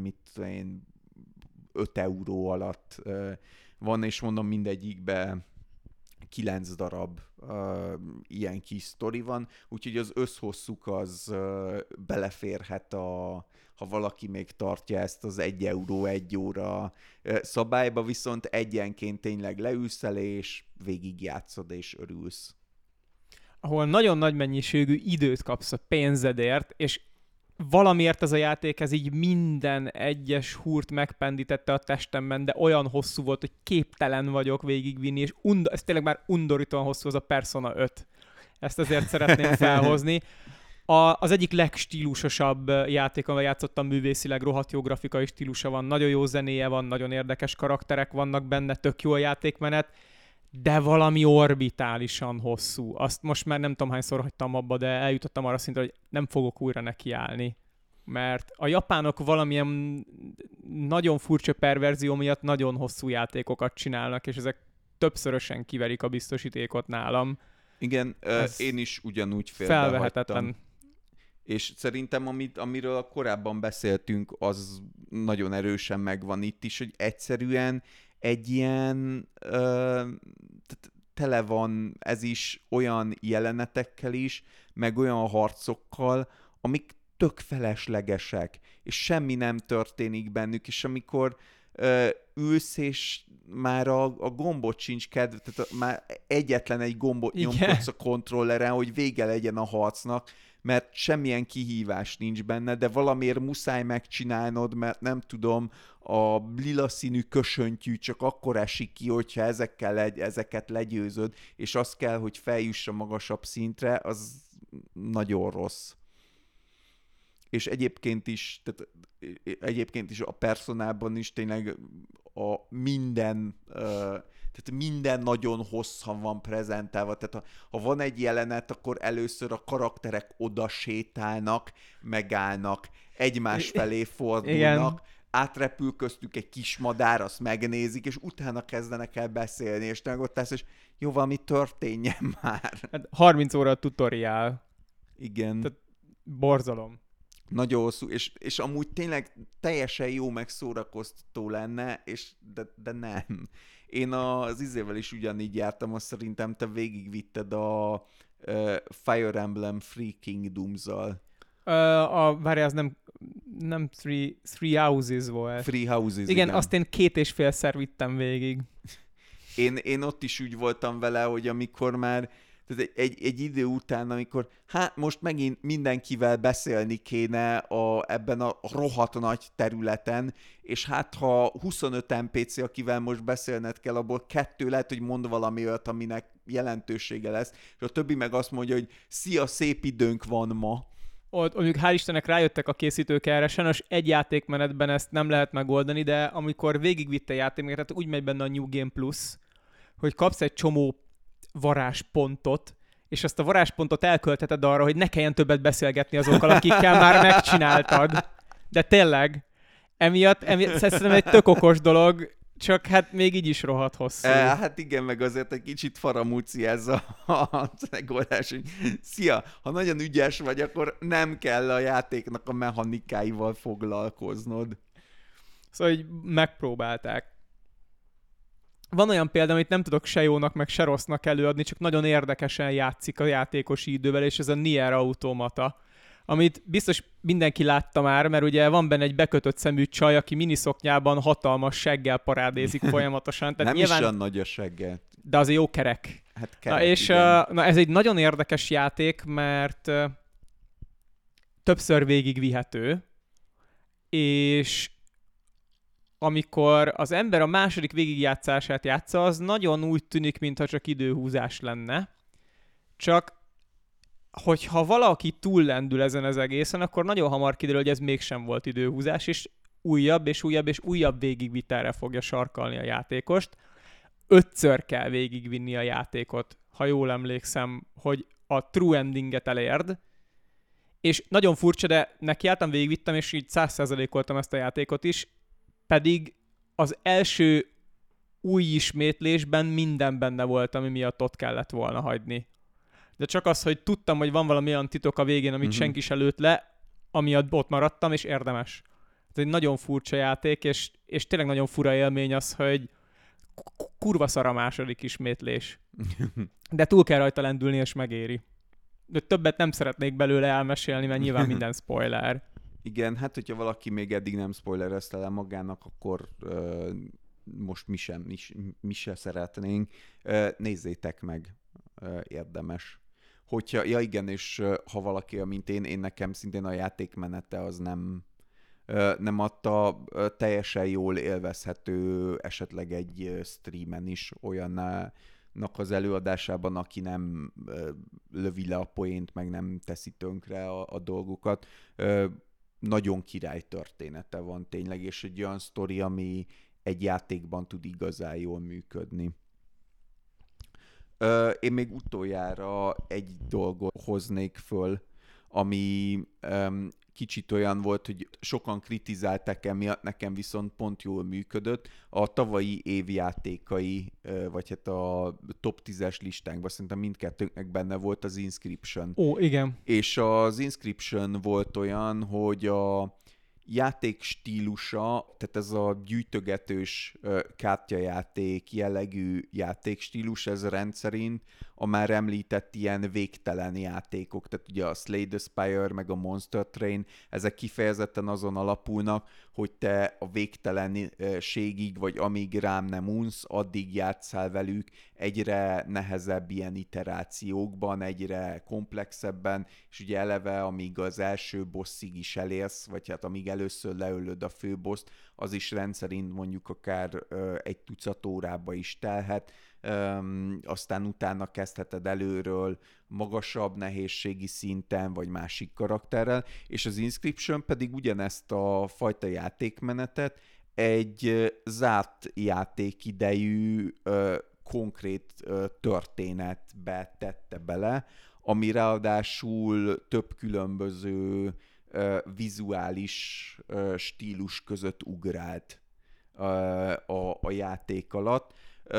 5 euró alatt van, és mondom, mindegyikben 9 darab ilyen kis sztori van, úgyhogy az összhosszuk az beleférhet ha valaki még tartja ezt az 1 euró 1 óra szabályba, viszont egyenként tényleg leülsz elé, és végigjátszod, és örülsz. Ahol nagyon nagy mennyiségű időt kapsz a pénzedért, és valamiért ez a játék, ez így minden egyes húrt megpendítette a testemben, de olyan hosszú volt, hogy képtelen vagyok végigvinni, és ez tényleg már undorítóan hosszú az a Persona 5. Ezt azért szeretném felhozni. Az egyik legstílusosabb játék, amivel játszottam, művészileg rohadt jó grafikai stílusa van, nagyon jó zenéje van, nagyon érdekes karakterek vannak benne, tök jó a játékmenet, de valami orbitálisan hosszú. Azt most már nem tudom hányszor hagytam abba, de eljutottam arra szintre, hogy nem fogok újra nekiállni. Mert a japánok valamilyen nagyon furcsa perverzió miatt nagyon hosszú játékokat csinálnak, és ezek többszörösen kiverik a biztosítékot nálam. Igen, én is ugyanúgy felvehetetlen. És szerintem, amiről korábban beszéltünk, az nagyon erősen megvan itt is, hogy egyszerűen egy ilyen tele van ez is olyan jelenetekkel is, meg olyan harcokkal, amik tök feleslegesek, és semmi nem történik bennük, és amikor ülsz, és már a gombot sincs kedve, tehát már egyetlen egy gombot nyomkodsz a kontrolleren, hogy vége legyen a harcnak, mert semmilyen kihívás nincs benne, de valamiért muszáj megcsinálnod, mert nem tudom, a lila színű kösöntyű csak akkor esik ki, hogyha ezeket legyőzöd, és az kell, hogy feljuss a magasabb szintre, az nagyon rossz. És egyébként is a Personában is tényleg tehát minden nagyon hosszan van prezentálva, tehát ha van egy jelenet, akkor először a karakterek oda sétálnak, megállnak, egymás felé fordulnak, igen. Átrepül köztük egy kis madár, azt megnézik, és utána kezdenek el beszélni, és te ott állsz, és jó, valami történjen már. Hát 30 óra a tutoriál. Igen. Tehát borzalom. Nagyon hosszú, és amúgy tényleg teljesen jó meg szórakoztató lenne, de nem. Én az izével is ugyanígy jártam, azt szerintem te végigvitted a Fire Emblem Three Kingdoms-zal. Várjál, az nem Three Houses volt. Three Houses, igen. Azt én 2,5-szer vittem végig. Én ott is úgy voltam vele, hogy amikor már tehát egy idő után, amikor most megint mindenkivel beszélni kéne ebben a rohadt nagy területen, és ha 25 NPC, akivel most beszélned kell, abból 2 lehet, hogy mond valami olyat, aminek jelentősége lesz, és a többi meg azt mondja, hogy szia, szép időnk van ma. Ott mondjuk hál' Istennek rájöttek a készítők erre, sajnos egy játékmenetben ezt nem lehet megoldani, de amikor végigvitte játékmenetet, úgy megy benne a New Game Plus, hogy kapsz egy csomó varázspontot, és azt a varázspontot elköltheted arra, hogy ne kelljen többet beszélgetni azokkal, akikkel már megcsináltad. De tényleg, emiatt szerintem egy tök okos dolog, csak hát még így is rohadt hosszú. Hát igen, meg azért egy kicsit faramúci ez a megoldás, hogy szia, ha nagyon ügyes vagy, akkor nem kell a játéknak a mechanikáival foglalkoznod. Szóval így megpróbálták. Van olyan példa, amit nem tudok se jónak, meg se rossznak előadni, csak nagyon érdekesen játszik a játékosi idővel, és ez a Nier Automata, amit biztos mindenki látta már, mert ugye van benne egy bekötött szemű csaj, aki miniszoknyában hatalmas seggel parádézik folyamatosan. Tehát nem nyilván... is olyan nagy a seggel. De azért jó kerek. Hát kerek, és ez egy nagyon érdekes játék, mert többször végigvihető, és amikor az ember a második végigjátszását játsza, az nagyon úgy tűnik, mintha csak időhúzás lenne. Csak, hogyha valaki túllendül ezen az egészen, akkor nagyon hamar kiderül, hogy ez mégsem volt időhúzás, és újabb és újabb és újabb végigvitelre fogja sarkalni a játékost. 5-ször kell végigvinni a játékot, ha jól emlékszem, hogy a true endinget elérd, és nagyon furcsa, de nekiálltam, végigvittem, és így 100%-oltam ezt a játékot is, pedig az első új ismétlésben minden benne volt, ami miatt ott kellett volna hagyni. De csak az, hogy tudtam, hogy van valami olyan titok a végén, amit senki se lőtt le, amiatt ott maradtam, és érdemes. Ez egy nagyon furcsa játék, és tényleg nagyon fura élmény az, hogy kurva szar a második ismétlés. De túl kell rajta lendülni, és megéri. De többet nem szeretnék belőle elmesélni, mert nyilván minden spoiler. Igen, hát hogyha valaki még eddig nem spoilerezte le magának, akkor most mi sem szeretnénk. Nézzétek meg, érdemes. Hogyha, ja igen, és ha valaki, mint én nekem szintén a játékmenete az nem adta teljesen jól élvezhető, esetleg egy streamen is olyannak az előadásában, aki nem lövi le a poént, meg nem teszi tönkre a dolgokat. Nagyon király története van tényleg, és egy olyan sztori, ami egy játékban tud igazán jól működni. Én még utoljára egy dolgot hoznék föl, ami kicsit olyan volt, hogy sokan kritizálták emiatt, nekem viszont pont jól működött. A tavalyi év játékai, vagy hát a top 10-es listánkban szerintem mindkettőnknek benne volt az Inscription. Ó, igen. És az Inscription volt olyan, hogy a játék stílusa, tehát ez a gyűjtögetős kártyajáték jellegű játékstílus, ez rendszerint a már említett ilyen végtelen játékok, tehát ugye a Slay the Spire meg a Monster Train, ezek kifejezetten azon alapulnak, hogy te a végtelenségig, vagy amíg rám nem unsz, addig játsszál velük egyre nehezebb ilyen iterációkban, egyre komplexebben, és ugye eleve, amíg az első bosszig is elérsz, vagy hát amíg először leölöd a főboszt, az is rendszerint mondjuk akár egy tucat órába is telhet, aztán utána kezdheted előről magasabb nehézségi szinten, vagy másik karakterrel, és az Inscription pedig ugyanezt a fajta játékmenetet egy zárt játékidejű konkrét történetbe tette bele, ami ráadásul több különböző vizuális stílus között ugrált a játék alatt.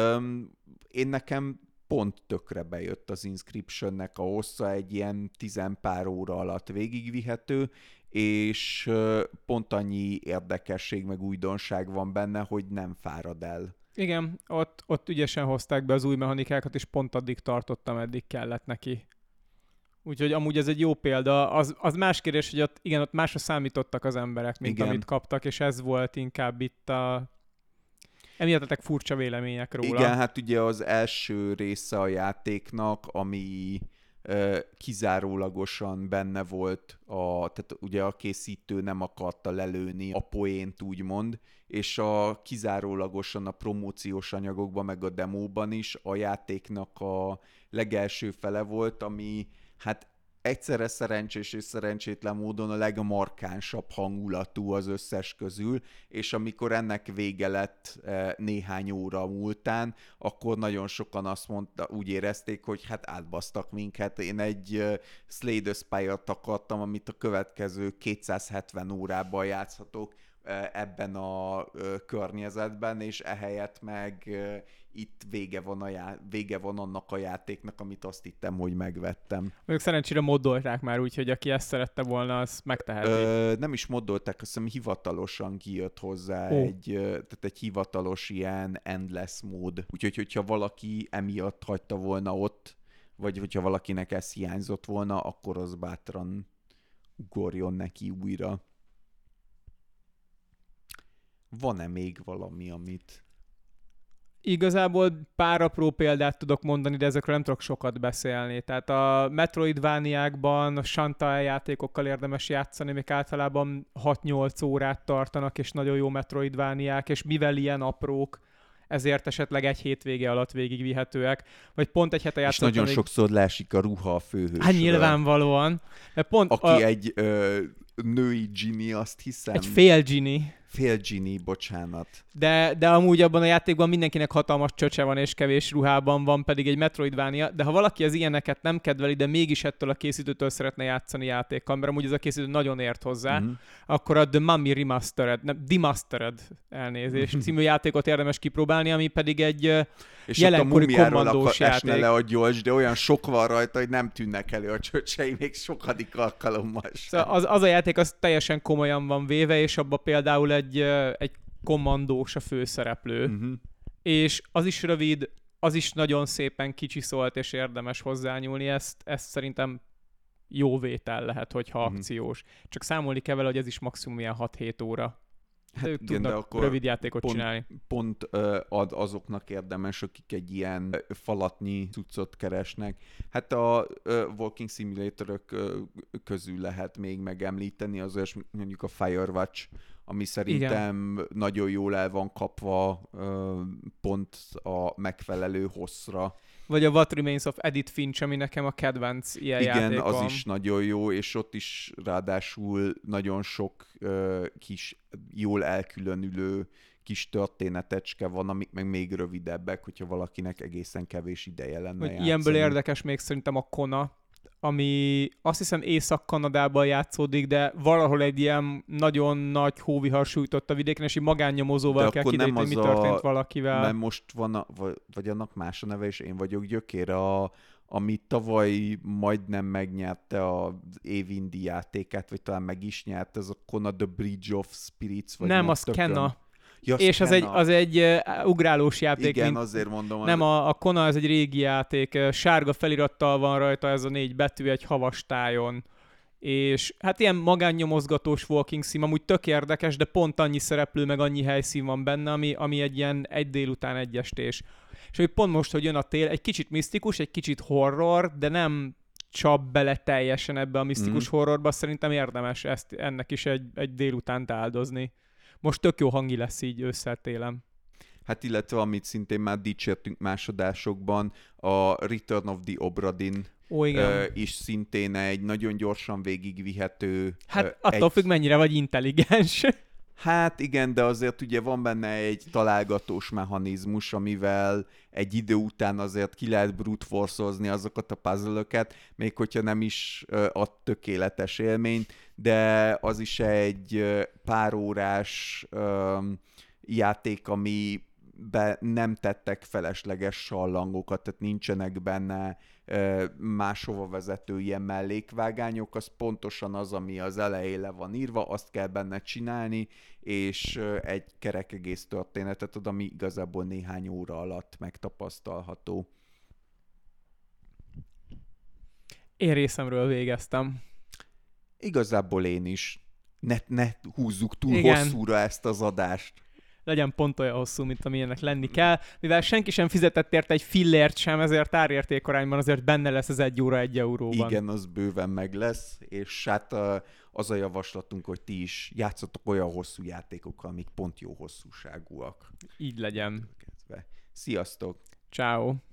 Én nekem pont tökre bejött az Inscriptionnek a hossza, egy ilyen 10 pár óra alatt végigvihető, és pont annyi érdekesség meg újdonság van benne, hogy nem fárad el. Igen, ott ügyesen hozták be az új mechanikákat, és pont addig tartottam, eddig kellett neki. Úgyhogy amúgy ez egy jó példa. Az más kérdés, hogy ott másra számítottak az emberek, mint igen, amit kaptak, és ez volt inkább itt emiatt furcsa vélemények róla. Igen, hát ugye az első része a játéknak, ami kizárólagosan benne volt, tehát ugye a készítő nem akarta lelőni a poént, úgymond, és kizárólagosan a promóciós anyagokban, meg a demóban is a játéknak a legelső fele volt, ami hát egyszerre szerencsés és szerencsétlen módon a legmarkánsabb hangulatú az összes közül, és amikor ennek vége lett néhány óra múltán, akkor nagyon sokan úgy érezték, hogy hát átbasztak minket. Én egy Slay the Spire-t akartam, amit a következő 270 órában játszhatok ebben a környezetben, és ehelyett meg itt vége van annak a játéknak, amit azt hittem, hogy megvettem. Mondjuk szerencsére moddolták már úgy, hogy aki ezt szerette volna, az megteheti. Nem is moddolták, azt hiszem hivatalosan kijött hozzá tehát egy hivatalos ilyen endless mód. Úgyhogy, hogyha valaki emiatt hagyta volna ott, vagy hogyha valakinek ez hiányzott volna, akkor az bátran ugorjon neki újra. Van-e még valami, amit... Igazából pár apró példát tudok mondani, de ezekről nem tudok sokat beszélni. Tehát a Metroidvániákban, a Shantae játékokkal érdemes játszani, amik általában 6-8 órát tartanak, és nagyon jó Metroidvániák, és mivel ilyen aprók, ezért esetleg egy hétvége alatt végigvihetőek, vagy pont egy hete játszottam. És nagyon sokszor leesik a ruha a főhősről. Hát nyilvánvalóan. Aki egy női Ginny, azt hiszem. Egy fél Ginny. Fél Ginny, bocsánat. De amúgy abban a játékban mindenkinek hatalmas csöcse van és kevés ruhában van, pedig egy Metroidvania, de ha valaki az ilyeneket nem kedveli, de mégis ettől a készítőtől szeretne játszani játékkal, mert amúgy ez a készítő nagyon ért hozzá, akkor a The Mummy Demastered elnézést című játékot érdemes kipróbálni, ami pedig egy és jelenkori kommandós játék. játék. Le a gyors, de olyan sok van rajta, hogy nem tűnnek elő a csöcsei még sokadik alkalommal sem. Szóval az a játék az teljesen komolyan van véve, és abban például egy kommandós a főszereplő. És az is rövid, az is nagyon szépen kicsiszolt, és érdemes hozzányúlni. Ezt szerintem jó vétel lehet, hogyha akciós. Csak számolni kell vele, hogy ez is maximum ilyen 6-7 óra. Hát ők igen, tudnak rövid játékot csinálni. Pont azoknak érdemes, akik egy ilyen falatnyi cuccot keresnek. Hát a walking simulatorok közül lehet még megemlíteni, azért mondjuk a Firewatch, ami szerintem igen, nagyon jól el van kapva pont a megfelelő hosszra. Vagy a What Remains of Edith Finch, ami nekem a kedvenc ilyen játékom. Igen, az is nagyon jó, és ott is ráadásul nagyon sok kis, jól elkülönülő kis történetecske van, amik meg még rövidebbek, hogyha valakinek egészen kevés ideje lenne játszani. Ilyenből érdekes még szerintem a Kona, ami azt hiszem Észak-Kanadában játszódik, de valahol egy ilyen nagyon nagy hóvihar sújtott a vidéken, és így magánnyomozóval kell kideríteni, hogy mi történt valakivel. Mert most van, vagy annak más a neve, és én vagyok gyökér, ami tavaly majdnem megnyerte az év indie játékát, vagy talán meg is nyert, ez a Kona The Bridge of Spirits. Vagy nem, az Kena. Ja, és az egy ugrálós játék. Igen, azért mondom. Nem, a Kona az egy régi játék, sárga felirattal van rajta ez a 4 betű egy havas tájon. És hát ilyen magánnyomozgatós walking sim, amúgy tök érdekes, de pont annyi szereplő, meg annyi helyszín van benne, ami egy ilyen egy délután egy estés. És hogy pont most, hogy jön a tél, egy kicsit misztikus, egy kicsit horror, de nem csap bele teljesen ebbe a misztikus horrorba, szerintem érdemes ennek is egy délutánt áldozni. Most tök jó hangi lesz így ősszel-télen. Hát illetve, amit szintén már dicsértünk más adásokban, a Return of the Obra Dinn is szintén egy nagyon gyorsan végigvihető... Hát attól függ, mennyire vagy intelligens. Hát igen, de azért ugye van benne egy találgatós mechanizmus, amivel egy idő után azért ki lehet brute force-ozni azokat a puzzle-öket, még hogyha nem is ad tökéletes élményt, de az is egy pár órás játék, amiben nem tettek felesleges sallangokat, tehát nincsenek benne máshova vezető ilyen mellékvágányok, az pontosan az, ami az elején le van írva, azt kell benne csinálni, és egy kerek egész történetet ad, ami igazából néhány óra alatt megtapasztalható. Én részemről végeztem. Igazából én is. Ne húzzuk túl hosszúra ezt az adást. Legyen pont olyan hosszú, mint amilyennek lenni kell. Mivel senki sem fizetett érte egy fillért sem, ezért árértékarányban azért benne lesz az 1 óra 1 euróban. Igen, az bőven meg lesz, és hát az a javaslatunk, hogy ti is játszatok olyan hosszú játékokkal, amik pont jó hosszúságúak. Így legyen. Sziasztok! Ciao.